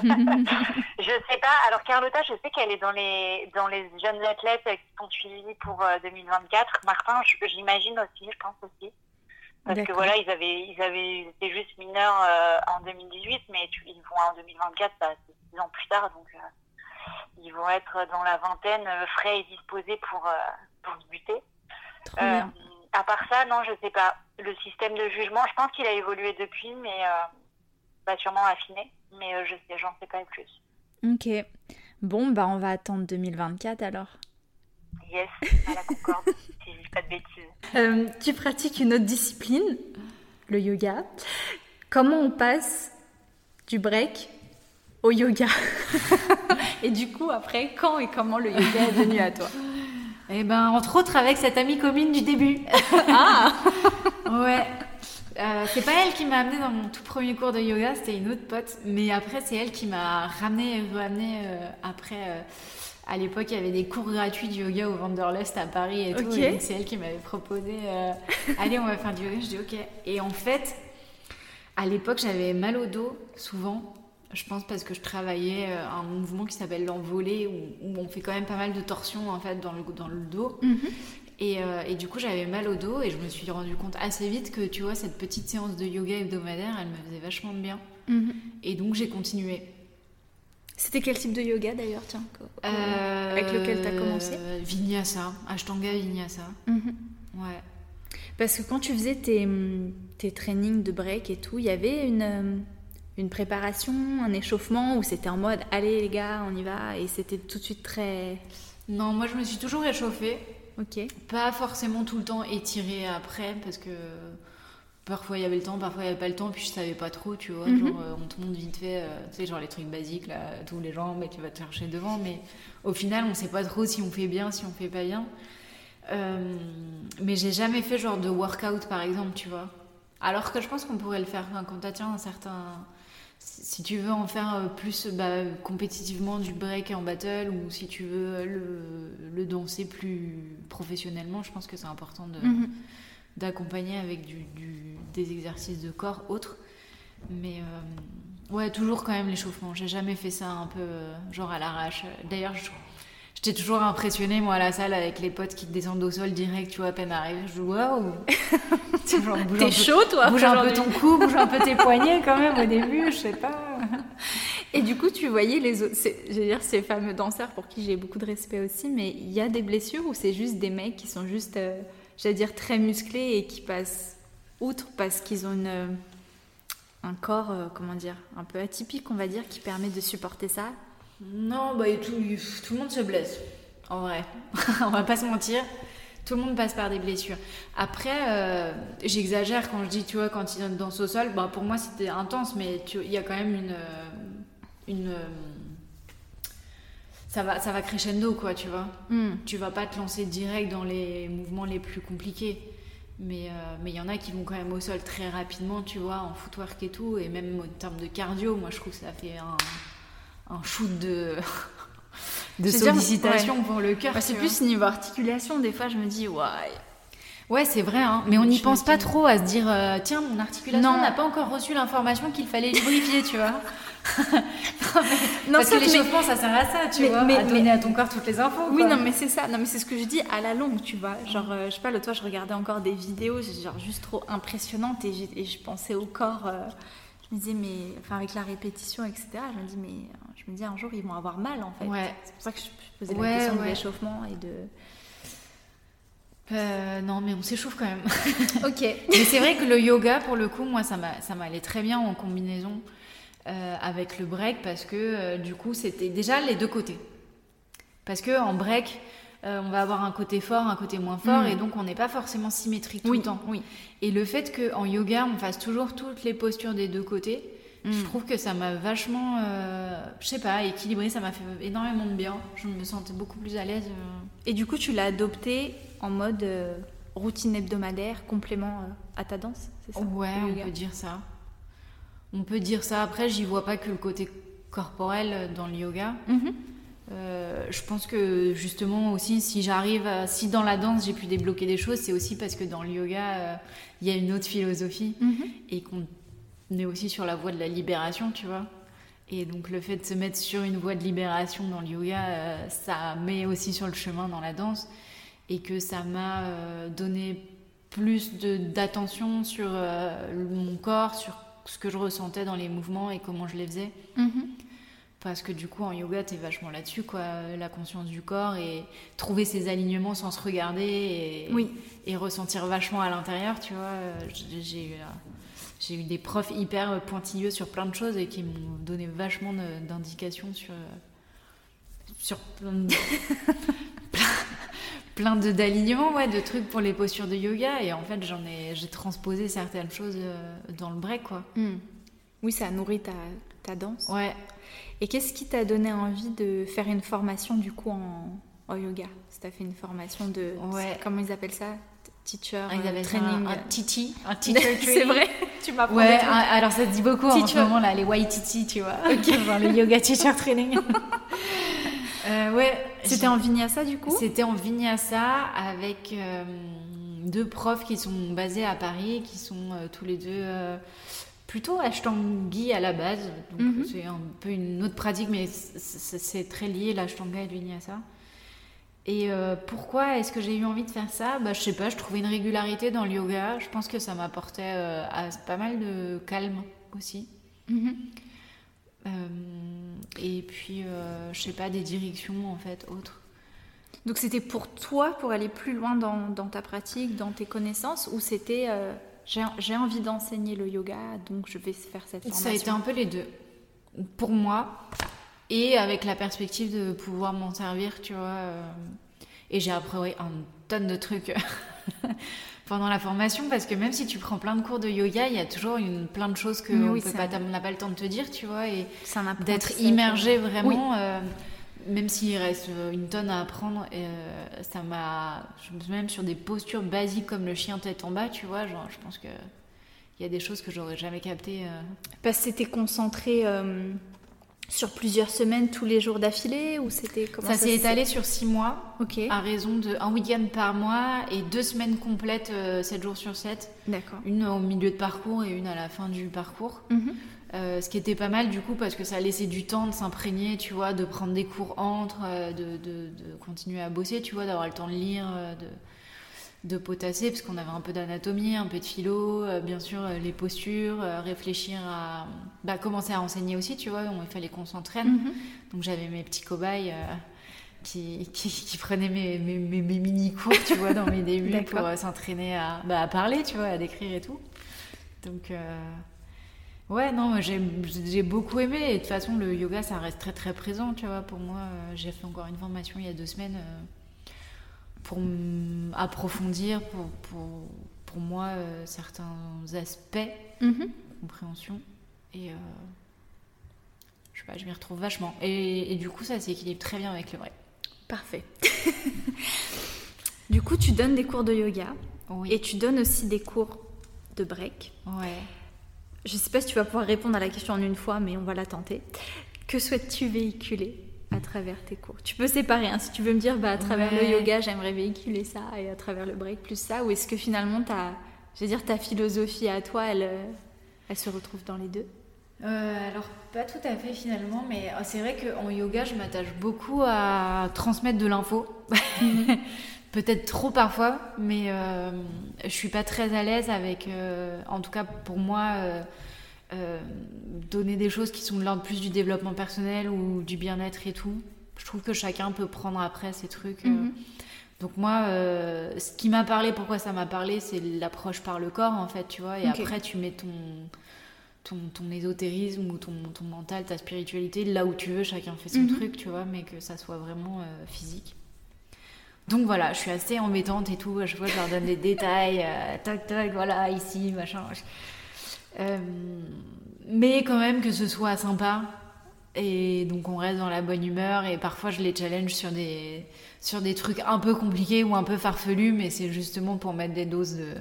Je sais pas. Alors Carlotta, je sais qu'elle est dans les dans les jeunes athlètes qui sont suivis pour euh, deux mille vingt-quatre. Martin, j'imagine aussi, je pense aussi. Parce D'accord. que voilà, ils avaient ils avaient été juste mineurs euh, en deux mille dix-huit, mais tu, ils vont en deux mille vingt-quatre, bah, c'est six ans plus tard, donc euh, ils vont être dans la vingtaine, euh, frais et disposés pour euh, pour débuter. Trop euh, bien. À part ça, non, je sais pas. Le système de jugement, je pense qu'il a évolué depuis, mais euh, va sûrement affiner, mais euh, je sais, j'en sais pas plus. Ok. Bon, bah on va attendre deux mille vingt-quatre alors. Yes, à la Concorde, si je dis pas de bêtises. Euh, tu pratiques une autre discipline, le yoga. Comment on passe du break au yoga? Et du coup, après, quand et comment le yoga est venu à toi? Eh ben, entre autres avec cette amie commune du début. Ah. Ouais. Euh, c'est pas elle qui m'a amenée dans mon tout premier cours de yoga, c'était une autre pote, mais après c'est elle qui m'a ramenée et ramenée euh, après euh, à l'époque il y avait des cours gratuits de yoga au Wanderlust à Paris et tout, okay. Et donc, c'est elle qui m'avait proposé euh, allez on va faire du yoga, je dis ok. Et en fait à l'époque j'avais mal au dos souvent, je pense parce que je travaillais euh, un mouvement qui s'appelle l'envolée où, où on fait quand même pas mal de torsions en fait dans le, dans le dos. Mm-hmm. Et, euh, et du coup j'avais mal au dos et je me suis rendu compte assez vite que tu vois cette petite séance de yoga hebdomadaire elle me faisait vachement de bien. Mm-hmm. Et donc j'ai continué C'était quel type de yoga d'ailleurs, tiens, euh, avec lequel tu as commencé? Vinyasa, Ashtanga Vinyasa. Mm-hmm. Ouais. Parce que quand tu faisais tes, tes trainings de break et tout, il y avait une, une préparation, un échauffement, où c'était en mode allez les gars, on y va, et c'était tout de suite très... Non, moi je me suis toujours échauffée. Ok. Pas forcément tout le temps étirée après, parce que parfois il y avait le temps, parfois il n'y avait pas le temps, puis je savais pas trop, tu vois. Mm-hmm. Genre, euh, on te montre vite fait, euh, tu sais, genre les trucs basiques, là, tous les jambes, et tu vas te chercher devant, mais au final, on sait pas trop si on fait bien, si on fait pas bien. Euh, mais j'ai jamais fait genre de workout, par exemple, tu vois. Alors que je pense qu'on pourrait le faire enfin, quand tu atteins un certain... Si tu veux en faire plus bah, compétitivement du break en battle, ou si tu veux le, le danser plus professionnellement, je pense que c'est important de, mm-hmm. d'accompagner avec du, du, des exercices de corps autres. Mais euh, ouais, toujours quand même l'échauffement. J'ai jamais fait ça un peu euh, genre à l'arrache. D'ailleurs, je, j'étais toujours impressionnée, moi, à la salle, avec les potes qui te descendent au sol direct, tu vois, à peine arrivé. Je dis waouh! T'es chaud, toi? Bouge un peu ton cou, bouge un peu tes poignets quand même au début, je sais pas. Et du coup, tu voyais les autres, je veux dire, ces fameux danseurs pour qui j'ai beaucoup de respect aussi, mais il y a des blessures ou c'est juste des mecs qui sont juste, euh, j'allais dire, très musclés et qui passent outre parce qu'ils ont une, euh, un corps, euh, comment dire, un peu atypique, on va dire, qui permet de supporter ça? Non, bah, tout, tout le monde se blesse, en vrai. On va pas se mentir. Tout le monde passe par des blessures. Après, euh, j'exagère quand je dis, tu vois, quand ils dansent au sol, bah, pour moi c'était intense, mais il y a quand même une... une ça va, ça va crescendo, quoi, tu vois. Mm. Tu vas pas te lancer direct dans les mouvements les plus compliqués. Mais euh, mais il y en a qui vont quand même au sol très rapidement, tu vois, en footwork et tout. Et même en termes de cardio, moi je trouve que ça fait un, un shoot de... de je sollicitation dire, ouais. pour le cœur. Bah, c'est plus niveau articulation, des fois je me dis ouais. Ouais, c'est vrai, hein. Mais on n'y pense pas trop à se dire euh, tiens, mon articulation n'a pas encore reçu l'information qu'il fallait lubrifier, tu vois. non, mais, non, parce ça, que l'échauffement, mais... ça sert à ça, tu mais, vois, mais, à donner mais... à ton corps toutes les infos. Oui, quoi. non, mais c'est ça. Non, mais c'est ce que je dis à la longue, tu vois. Genre, euh, je sais pas, l'autre fois, je regardais encore des vidéos, genre juste trop impressionnantes, et, et je pensais au corps. Euh, je me disais, mais enfin, avec la répétition, et cetera. Je me dis, mais je me dis un jour, ils vont avoir mal, en fait. Ouais. C'est pour ça que je posais ouais, la question ouais. de l'échauffement et de. Euh, non, mais on s'échauffe quand même. Ok. Mais c'est vrai que le yoga, pour le coup, moi, ça m'a, ça m'allait très bien en combinaison euh, avec le break parce que euh, du coup, c'était déjà les deux côtés. Parce que en break, euh, on va avoir un côté fort, un côté moins fort, mmh. et donc on n'est pas forcément symétrique tout oui, le temps. Oui. Et le fait qu'en yoga, on fasse toujours toutes les postures des deux côtés, mmh. je trouve que ça m'a vachement, euh, je sais pas, équilibré. Ça m'a fait énormément de bien. Je me sentais beaucoup plus à l'aise. Euh... Et du coup, tu l'as adopté en mode euh, routine hebdomadaire, complément euh, à ta danse, c'est ça? Ouais, on peut dire ça. On peut dire ça. Après, j'y vois pas que le côté corporel dans le yoga. Mm-hmm. Euh, je pense que justement aussi, si j'arrive, à, si dans la danse j'ai pu débloquer des choses, c'est aussi parce que dans le yoga, il euh, y a une autre philosophie mm-hmm. et qu'on est aussi sur la voie de la libération, tu vois. Et donc le fait de se mettre sur une voie de libération dans le yoga, euh, ça met aussi sur le chemin dans la danse. Et que ça m'a euh, donné plus de, d'attention sur euh, mon corps, sur ce que je ressentais dans les mouvements et comment je les faisais. Mm-hmm. Parce que du coup, en yoga, t'es vachement là-dessus, quoi, la conscience du corps et trouver ses alignements sans se regarder et, oui. et ressentir vachement à l'intérieur, tu vois. J'ai, j'ai, eu, j'ai eu des profs hyper pointilleux sur plein de choses et qui m'ont donné vachement de, d'indications sur, sur plein de... plein de, d'alignements, ouais, de trucs pour les postures de yoga. Et en fait, j'en ai, j'ai transposé certaines choses dans le break, quoi. Mmh. Oui, ça a nourri ta, ta danse. Ouais. Et qu'est-ce qui t'a donné envie de faire une formation, du coup, en, en yoga? Si t'as fait une formation de... Ouais. Comment ils appellent ça? Teacher euh, training. Un, un titi. Un teacher training. C'est vrai, tu m'apprends. Ouais, un, alors ça se dit beaucoup teacher. En ce moment, là, les Y T T, tu vois. Ok. Genre les yoga teacher training. Euh, ouais, c'était en Vinyasa du coup? C'était en Vinyasa avec euh, deux profs qui sont basés à Paris, qui sont euh, tous les deux euh, plutôt Ashtangi à la base. Donc mm-hmm. c'est un peu une autre pratique, mais c'est, c'est très lié l'Ashtanga et le Vinyasa. Et euh, pourquoi est-ce que j'ai eu envie de faire ça? Bah, je sais pas, je trouvais une régularité dans le yoga. Je pense que ça m'apportait euh, à, pas mal de calme aussi. Mm-hmm. Euh, et puis, euh, je sais pas, des directions en fait, autres. Donc c'était pour toi, pour aller plus loin dans, dans ta pratique, dans tes connaissances, ou c'était euh, j'ai, j'ai envie d'enseigner le yoga, donc je vais faire cette formation? Ça a été un peu les deux. Pour moi, et avec la perspective de pouvoir m'en servir, tu vois. Euh, et j'ai appris un tonne de trucs pendant la formation, parce que même si tu prends plein de cours de yoga, il y a toujours une, plein de choses qu'on oui, n'a pas le temps de te dire, tu vois, et d'être immergé vraiment... Oui. Euh, même s'il reste une tonne à apprendre, euh, ça m'a... Même sur des postures basiques comme le chien tête en bas, tu vois, genre, je pense qu'il y a des choses que j'aurais jamais captées. Euh... Parce que c'était concentré euh, sur plusieurs semaines, tous les jours d'affilée, ou c'était comment ça, ça s'est étalé sur six mois, okay. à raison d'un week-end par mois et deux semaines complètes, euh, sept jours sur sept. D'accord. Une au milieu de parcours et une à la fin du parcours. Mm-hmm. Euh, ce qui était pas mal du coup parce que ça laissait du temps de s'imprégner, tu vois, de prendre des cours entre, euh, de, de, de continuer à bosser, tu vois, d'avoir le temps de lire, euh, de, de potasser, parce qu'on avait un peu d'anatomie, un peu de philo, euh, bien sûr euh, les postures, euh, réfléchir à... Bah, commencer à enseigner aussi, tu vois, donc il fallait qu'on s'entraîne. Mm-hmm. Donc j'avais mes petits cobayes euh, qui, qui, qui prenaient mes, mes, mes, mes mini-cours, tu vois, dans mes débuts pour euh, s'entraîner à, bah, à parler, tu vois, à décrire et tout. Donc... Euh... Ouais, non, j'ai, j'ai beaucoup aimé. Et de toute façon, le yoga, ça reste très, très présent, tu vois. Pour moi, euh, j'ai fait encore une formation il y a deux semaines euh, pour approfondir, pour, pour, pour moi, euh, certains aspects mm-hmm. de compréhension. Et euh, je sais pas, je m'y retrouve vachement. Et, et du coup, ça s'équilibre très bien avec le break. Parfait. Du coup, tu donnes des cours de yoga. Oui. Et tu donnes aussi des cours de break. Ouais. Je ne sais pas si tu vas pouvoir répondre à la question en une fois, mais on va la tenter. Que souhaites-tu véhiculer à travers tes cours? Tu peux séparer, hein, si tu veux me dire, bah, à travers ouais. le yoga, j'aimerais véhiculer ça, et à travers le break, plus ça, ou est-ce que finalement, ta, je veux dire, ta philosophie à toi, elle, elle se retrouve dans les deux? euh, Alors, pas tout à fait finalement, mais c'est vrai qu'en yoga, je m'attache beaucoup à transmettre de l'info. Peut-être trop parfois, mais euh, je suis pas très à l'aise avec, euh, en tout cas pour moi, euh, euh, donner des choses qui sont de l'ordre plus du développement personnel ou du bien-être et tout. Je trouve que chacun peut prendre après ces trucs. Mm-hmm. Euh. Donc moi, euh, ce qui m'a parlé, pourquoi ça m'a parlé, c'est l'approche par le corps en fait, tu vois. Et okay. après, tu mets ton, ton, ton ésotérisme ou ton, ton mental, ta spiritualité là où tu veux. Chacun fait son mm-hmm. truc, tu vois, mais que ça soit vraiment euh, physique. Donc voilà, je suis assez embêtante et tout. À chaque fois, je leur donne des détails. Euh, tac, tac, voilà, ici, machin. Euh, mais quand même que ce soit sympa. Et donc, on reste dans la bonne humeur. Et parfois, je les challenge sur des, sur des trucs un peu compliqués ou un peu farfelus. Mais c'est justement pour mettre des doses de,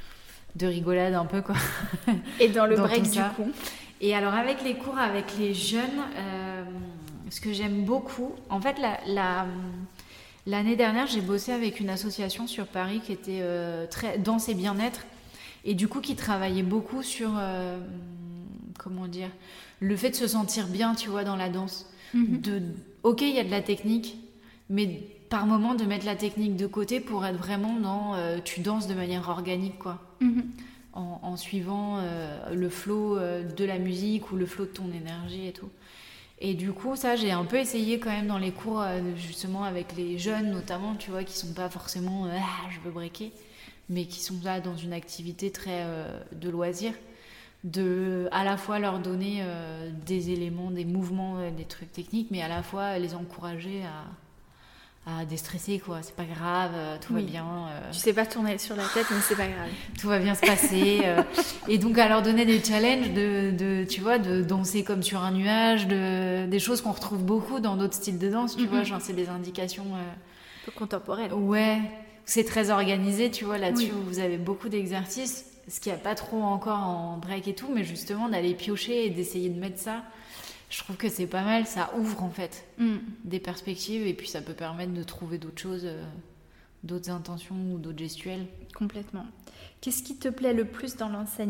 de rigolade un peu, quoi. Et dans le dans break, du coup. Et alors, avec les cours avec les jeunes, euh, ce que j'aime beaucoup... En fait, la... la L'année dernière, j'ai bossé avec une association sur Paris qui était euh, très danse et bien-être et du coup qui travaillait beaucoup sur euh, comment dire le fait de se sentir bien, tu vois, dans la danse. Mm-hmm. De ok, il y a de la technique, mais par moment de mettre la technique de côté pour être vraiment dans euh, tu danses de manière organique, quoi. Mm-hmm. En, en suivant euh, le flow euh, de la musique ou le flow de ton énergie et tout. Et du coup, ça, j'ai un peu essayé quand même dans les cours, justement, avec les jeunes, notamment, tu vois, qui sont pas forcément euh, « ah, je veux breaker », mais qui sont là dans une activité très euh, de loisir, de à la fois leur donner euh, des éléments, des mouvements, euh, des trucs techniques, mais à la fois les encourager à... à déstresser, quoi, c'est pas grave, euh, tout oui. va bien. Euh... Tu sais pas tourner sur la tête, mais c'est pas grave. Tout va bien se passer. euh... Et donc, à leur donner des challenges, de, de, tu vois, de danser comme sur un nuage, de, des choses qu'on retrouve beaucoup dans d'autres styles de danse, tu mm-hmm. vois, genre c'est des indications... Euh... Un peu contemporaines. Ouais, c'est très organisé, tu vois, là-dessus, oui. vous avez beaucoup d'exercices, ce qu'il n'y a pas trop encore en break et tout, mais justement, d'aller piocher et d'essayer de mettre ça... Je trouve que c'est pas mal, ça ouvre en fait mm. des perspectives et puis ça peut permettre de trouver d'autres choses, euh, d'autres intentions ou d'autres gestuels. Complètement. Qu'est-ce qui te plaît le plus dans l'enseignement ?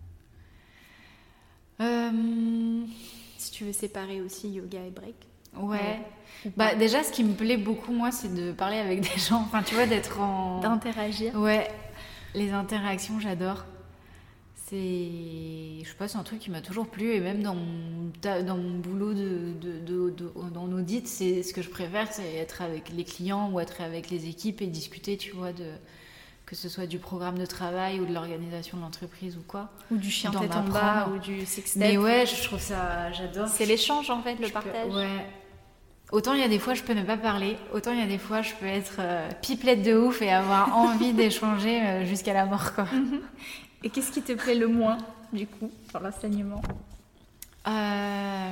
euh... Si tu veux séparer aussi yoga et break. Ouais. ouais. Bah, déjà, ce qui me plaît beaucoup, moi, c'est de parler avec des gens, enfin tu vois, d'être en... D'interagir. Ouais, les interactions, j'adore. c'est, je sais pas, c'est un truc qui m'a toujours plu, et même dans mon, dans mon boulot de, de, de, de, en audit, c'est ce que je préfère, c'est être avec les clients ou être avec les équipes et discuter, tu vois, de, que ce soit du programme de travail ou de l'organisation de l'entreprise ou quoi. Ou du chien tête en bas ou du six-step. Mais ouais, je trouve ça, j'adore. C'est l'échange en fait, le je partage. Peux, ouais. Autant il y a des fois je peux ne pas parler, autant il y a des fois je peux être euh, pipelette de ouf et avoir envie d'échanger euh, jusqu'à la mort, quoi. Et qu'est-ce qui te plaît le moins, du coup, dans l'enseignement ? euh,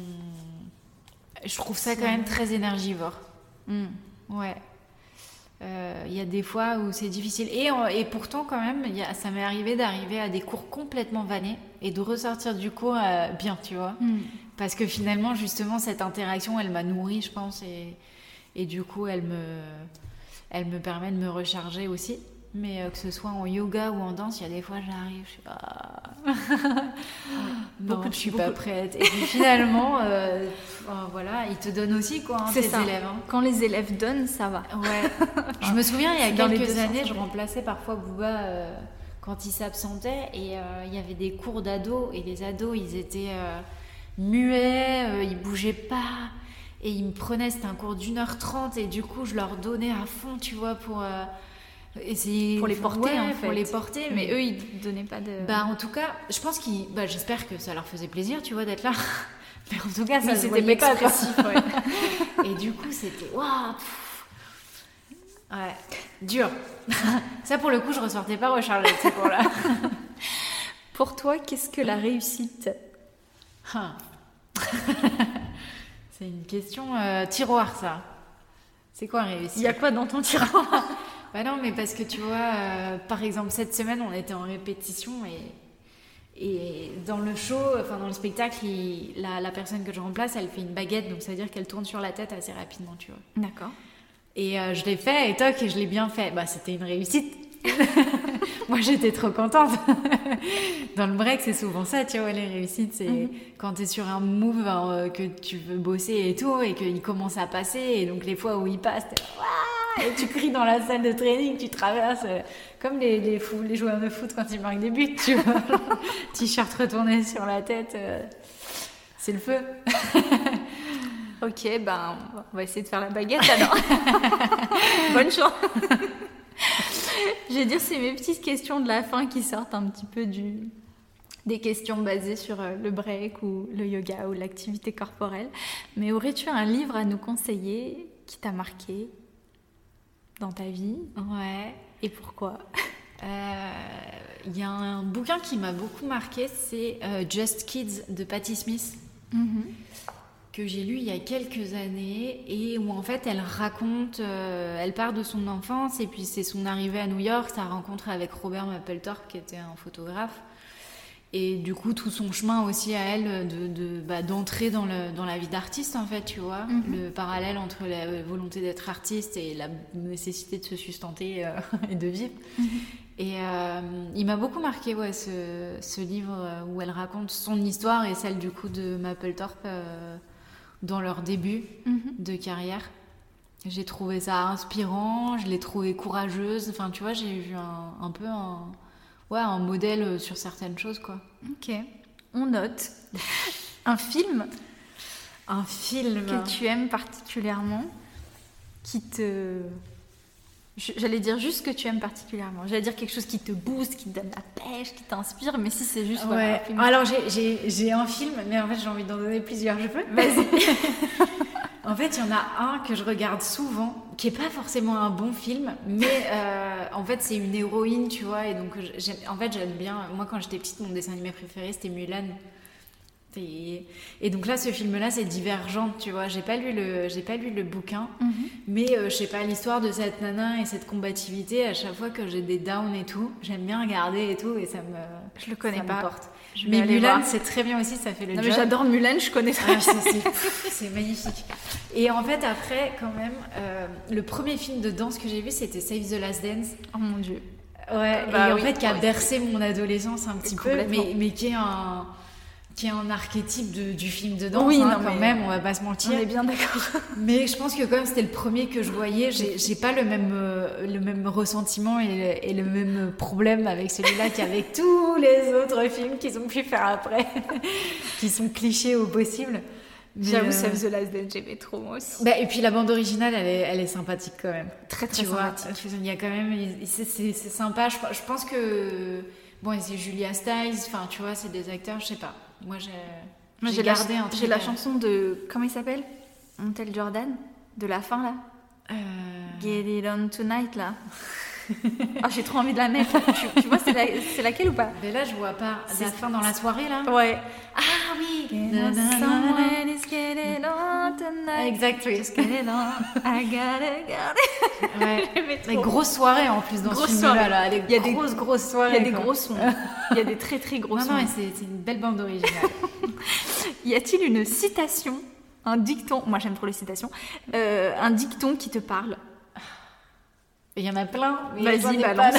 Je trouve ça quand même très énergivore. Mm. Ouais. Il euh, y a des fois où c'est difficile. Et, et pourtant, quand même, y a, ça m'est arrivé d'arriver à des cours complètement vannés et de ressortir du cours euh, bien, tu vois. Mm. Parce que finalement, justement, cette interaction, elle m'a nourrie, je pense. Et, et du coup, elle me, elle me permet de me recharger aussi. Mais euh, que ce soit en yoga ou en danse, il y a des fois, j'arrive, je suis pas... non, beaucoup de, je suis beaucoup... pas prête. Et puis finalement, euh, enfin, voilà, ils te donnent aussi, quoi, hein, c'est tes ça. élèves. Hein. Quand les élèves donnent, ça va. Ouais. Je me souviens, il y a Dans quelques années, sens, je remplaçais parfois Booba euh, quand il s'absentait. Et euh, il y avait des cours d'ados. Et les ados, ils étaient euh, muets, euh, ils bougeaient pas. Et ils me prenaient, c'était un cours d'une heure trente. Et du coup, je leur donnais à fond, tu vois, pour... Euh, essayer pour les porter, ouais, en fait. Pour les porter, mais, mais eux, ils donnaient pas de... Bah, en tout cas, je pense qu'ils... Bah, j'espère que ça leur faisait plaisir, tu vois, d'être là. Mais en tout cas, ça oui, se voyait pas, quoi. Ouais. Et du coup, c'était... Waouh. Ouais, dur. Ça, pour le coup, je ressortais pas rechargée de ces cours-là. Pour toi, qu'est-ce que la réussite ? C'est une question euh, tiroir, ça. C'est quoi réussir ? Il y a quoi dans ton tiroir ? Bah non, mais parce que tu vois, euh, par exemple, cette semaine, on était en répétition et, et dans le show, enfin dans le spectacle, il, la, la personne que je remplace, elle fait une baguette, donc ça veut dire qu'elle tourne sur la tête assez rapidement, tu vois. D'accord. Et euh, je l'ai fait, et toc, et je l'ai bien fait. Bah, c'était une réussite. Moi, j'étais trop contente. Dans le break, c'est souvent ça, tu vois, les réussites. C'est mm-hmm. quand t'es sur un move hein, que tu veux bosser et tout, et qu'il commence à passer, et donc les fois où il passe, t'es là, et tu cries dans la salle de training, tu traverses euh, comme les, les, fous, les joueurs de foot quand ils marquent des buts, tu vois. T-shirt retourné sur la tête, euh, c'est le feu. Ok, ben on va essayer de faire la baguette alors. Bonne chance. Je vais dire, c'est mes petites questions de la fin qui sortent un petit peu du... des questions basées sur le break ou le yoga ou l'activité corporelle. Mais aurais-tu un livre à nous conseiller qui t'a marqué dans ta vie ? Ouais. Et pourquoi ? Il euh, y a un bouquin qui m'a beaucoup marqué, c'est euh, Just Kids de Patti Smith, mm-hmm. que j'ai lu il y a quelques années et où en fait elle raconte, euh, elle part de son enfance et puis c'est son arrivée à New York, sa rencontre avec Robert Mapplethorpe qui était un photographe. Et du coup, tout son chemin aussi à elle de, de, bah, d'entrer dans, le, dans la vie d'artiste, en fait, tu vois. Mm-hmm. Le parallèle entre la volonté d'être artiste et la nécessité de se sustenter euh, et de vivre. Mm-hmm. Et euh, il m'a beaucoup marqué, ouais, ce, ce livre où elle raconte son histoire et celle, du coup, de Mapplethorpe euh, dans leur début mm-hmm. de carrière. J'ai trouvé ça inspirant, je l'ai trouvée courageuse. Enfin, tu vois, j'ai vu un, un peu un... Ouais, un modèle sur certaines choses, quoi. Ok, on note. Un film Un film que tu aimes particulièrement, qui te... J'allais dire juste que tu aimes particulièrement. J'allais dire quelque chose qui te booste, qui te donne la pêche, qui t'inspire, mais si c'est juste... Ouais. Voilà, un film. Alors, j'ai, j'ai, j'ai un film, mais en fait, j'ai envie d'en donner plusieurs. Je peux ? Vas-y. En fait, il y en a un que je regarde souvent, qui n'est pas forcément un bon film, mais euh, en fait, c'est une héroïne, tu vois. Et donc, j'aime, en fait, j'aime bien... Moi, quand j'étais petite, mon dessin animé préféré, c'était Mulan. Et, et donc là, ce film-là, c'est Divergente, tu vois. J'ai pas lu le, j'ai pas lu le bouquin, mm-hmm. mais euh, je sais pas, l'histoire de cette nana et cette combativité, à chaque fois que j'ai des downs et tout, j'aime bien regarder et tout, et ça me... Je le connais ça pas. Me porte. Je mais Mulan, c'est très bien aussi, ça fait le non, job. Mais j'adore Mulan, je connais très ah, bien. C'est, c'est, c'est magnifique. Et en fait, après, quand même, euh, le premier film de danse que j'ai vu, c'était Save the Last Dance. Oh mon Dieu. Ouais, bah, et oui, en fait, qui a oui. bercé mon adolescence un petit peu, mais, mais qui est un... qui est un archétype de, du film de danse, oui, hein, non, quand même, on va pas se mentir. On est bien d'accord. Mais je pense que comme c'était le premier que je voyais, j'ai, j'ai pas le même, euh, le même ressentiment et le, et le même problème avec celui-là qu'avec tous les autres films qu'ils ont pu faire après, qui sont clichés au possible. Mais J'avoue, euh... Save the Last Dance, j'aimais trop moi aussi. Bah, et puis la bande originale, elle est, elle est sympathique quand même. Très très tu sympathique. Vois, il y a quand même, c'est, c'est, c'est sympa. Je, je pense que bon, et c'est Julia Stiles. Enfin, tu vois, c'est des acteurs. Je sais pas. Moi, j'ai, moi, j'ai, j'ai gardé la, un truc. J'ai la chanson de comment il s'appelle, Montel Jordan, de la fin là. Euh... Get it on tonight là. Oh, j'ai trop envie de la mettre. tu, tu vois, c'est, la, c'est laquelle ou pas? Mais là, je vois pas. C'est la fin dans la soirée là. Ouais. Ah oui. Someone is getting on tonight. Exact, oui. Just get it on. I gotta, gotta. Ouais. Mais grosse soirée en plus dans grosse ce film-là. Là. Il y a des grosses, grosses soirées. Il y a des gros sons. Il y a des très, très gros non, sons. Non, mais c'est, c'est une belle bande originale. Y a-t-il une citation, un dicton, moi j'aime trop les citations, euh, un dicton qui te parle? Il y en a plein. Mais vas-y, balance.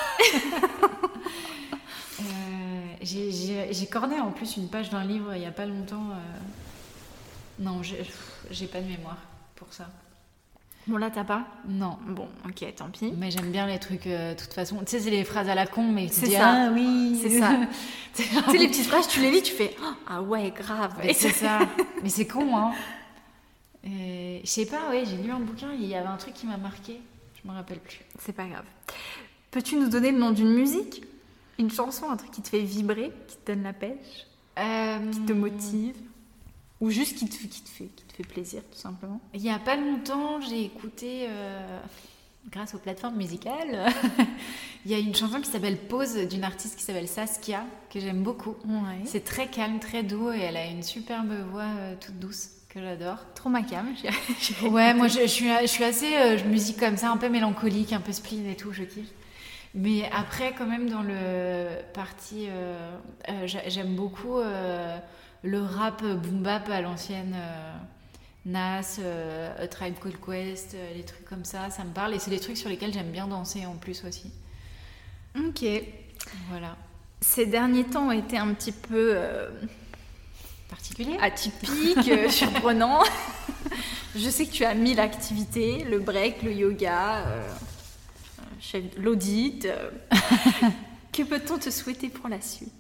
euh, j'ai, j'ai, j'ai corné en plus une page d'un livre il n'y a pas longtemps. Euh... Non, j'ai, j'ai pas de mémoire pour ça. Bon, là, t'as pas? Non. Bon, ok, tant pis. Mais j'aime bien les trucs, de euh, toute façon. Tu sais, c'est les phrases à la con, mais c'est dis, ça. Ah, oui, c'est ça. Tu sais, les petites phrases, tu les lis, tu fais ah ouais, grave. Et c'est ça. Mais c'est con, hein. Je sais pas, ouais, j'ai lu un bouquin, il y avait un truc qui m'a marqué. Je me rappelle plus. C'est pas grave. Peux-tu nous donner le nom d'une musique? Une chanson, un truc qui te fait vibrer, qui te donne la pêche, euh... qui te motive? Ou juste qui te, qui, te fait, qui te fait plaisir, tout simplement? Il y a pas longtemps, j'ai écouté, euh, grâce aux plateformes musicales, il y a une chanson qui s'appelle Pause d'une artiste qui s'appelle Saskia, que j'aime beaucoup. Ouais. C'est très calme, très doux et elle a une superbe voix euh, toute douce. Que j'adore. Trop ma cam. Ouais, moi je, je, suis, je suis assez euh, musique comme ça, un peu mélancolique, un peu spleen et tout, je kiffe. Mais après, quand même, dans le parti, euh, euh, j'aime beaucoup euh, le rap boom bap à l'ancienne, euh, Nas, euh, A Tribe Called Quest, euh, les trucs comme ça, ça me parle. Et c'est des trucs sur lesquels j'aime bien danser en plus aussi. Ok. Voilà. Ces derniers temps ont été un petit peu... Euh... particulier, atypique, euh, surprenant. Je sais que tu as mis l'activité, le break, le yoga, euh, l'audit. Euh. Que peut-on te souhaiter pour la suite?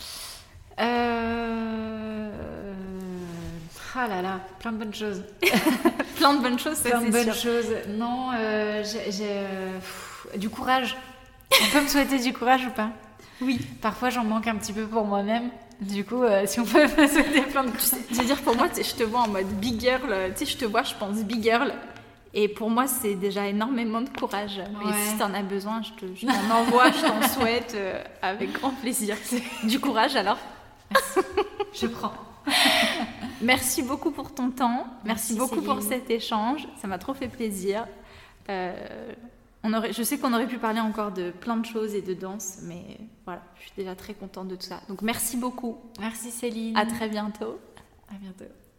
euh... Ah là là, plein de bonnes choses. Plein de bonnes choses, ça, plein c'est de bonnes sûr. choses. Non, euh, j'ai, j'ai euh, pff, du courage. On peut me souhaiter du courage ou pas? Oui. Parfois, j'en manque un petit peu pour moi-même. Du coup, euh, si on peut me souhaiter plein de choses. Je veux dire, pour moi, je te vois en mode big girl. Tu sais, je te vois, je pense big girl. Et pour moi, c'est déjà énormément de courage. Ouais. Et si t'en as besoin, je, te, je t'en envoie, je t'en souhaite euh, avec grand plaisir. Du courage, alors. Merci. Je prends. Merci beaucoup pour ton temps. Merci Merci beaucoup Céline. pour cet échange. Ça m'a trop fait plaisir. Euh, on aurait, je sais qu'on aurait pu parler encore de plein de choses et de danse, mais voilà, je suis déjà très contente de tout ça. Donc merci beaucoup. Merci Céline. À très bientôt. À bientôt.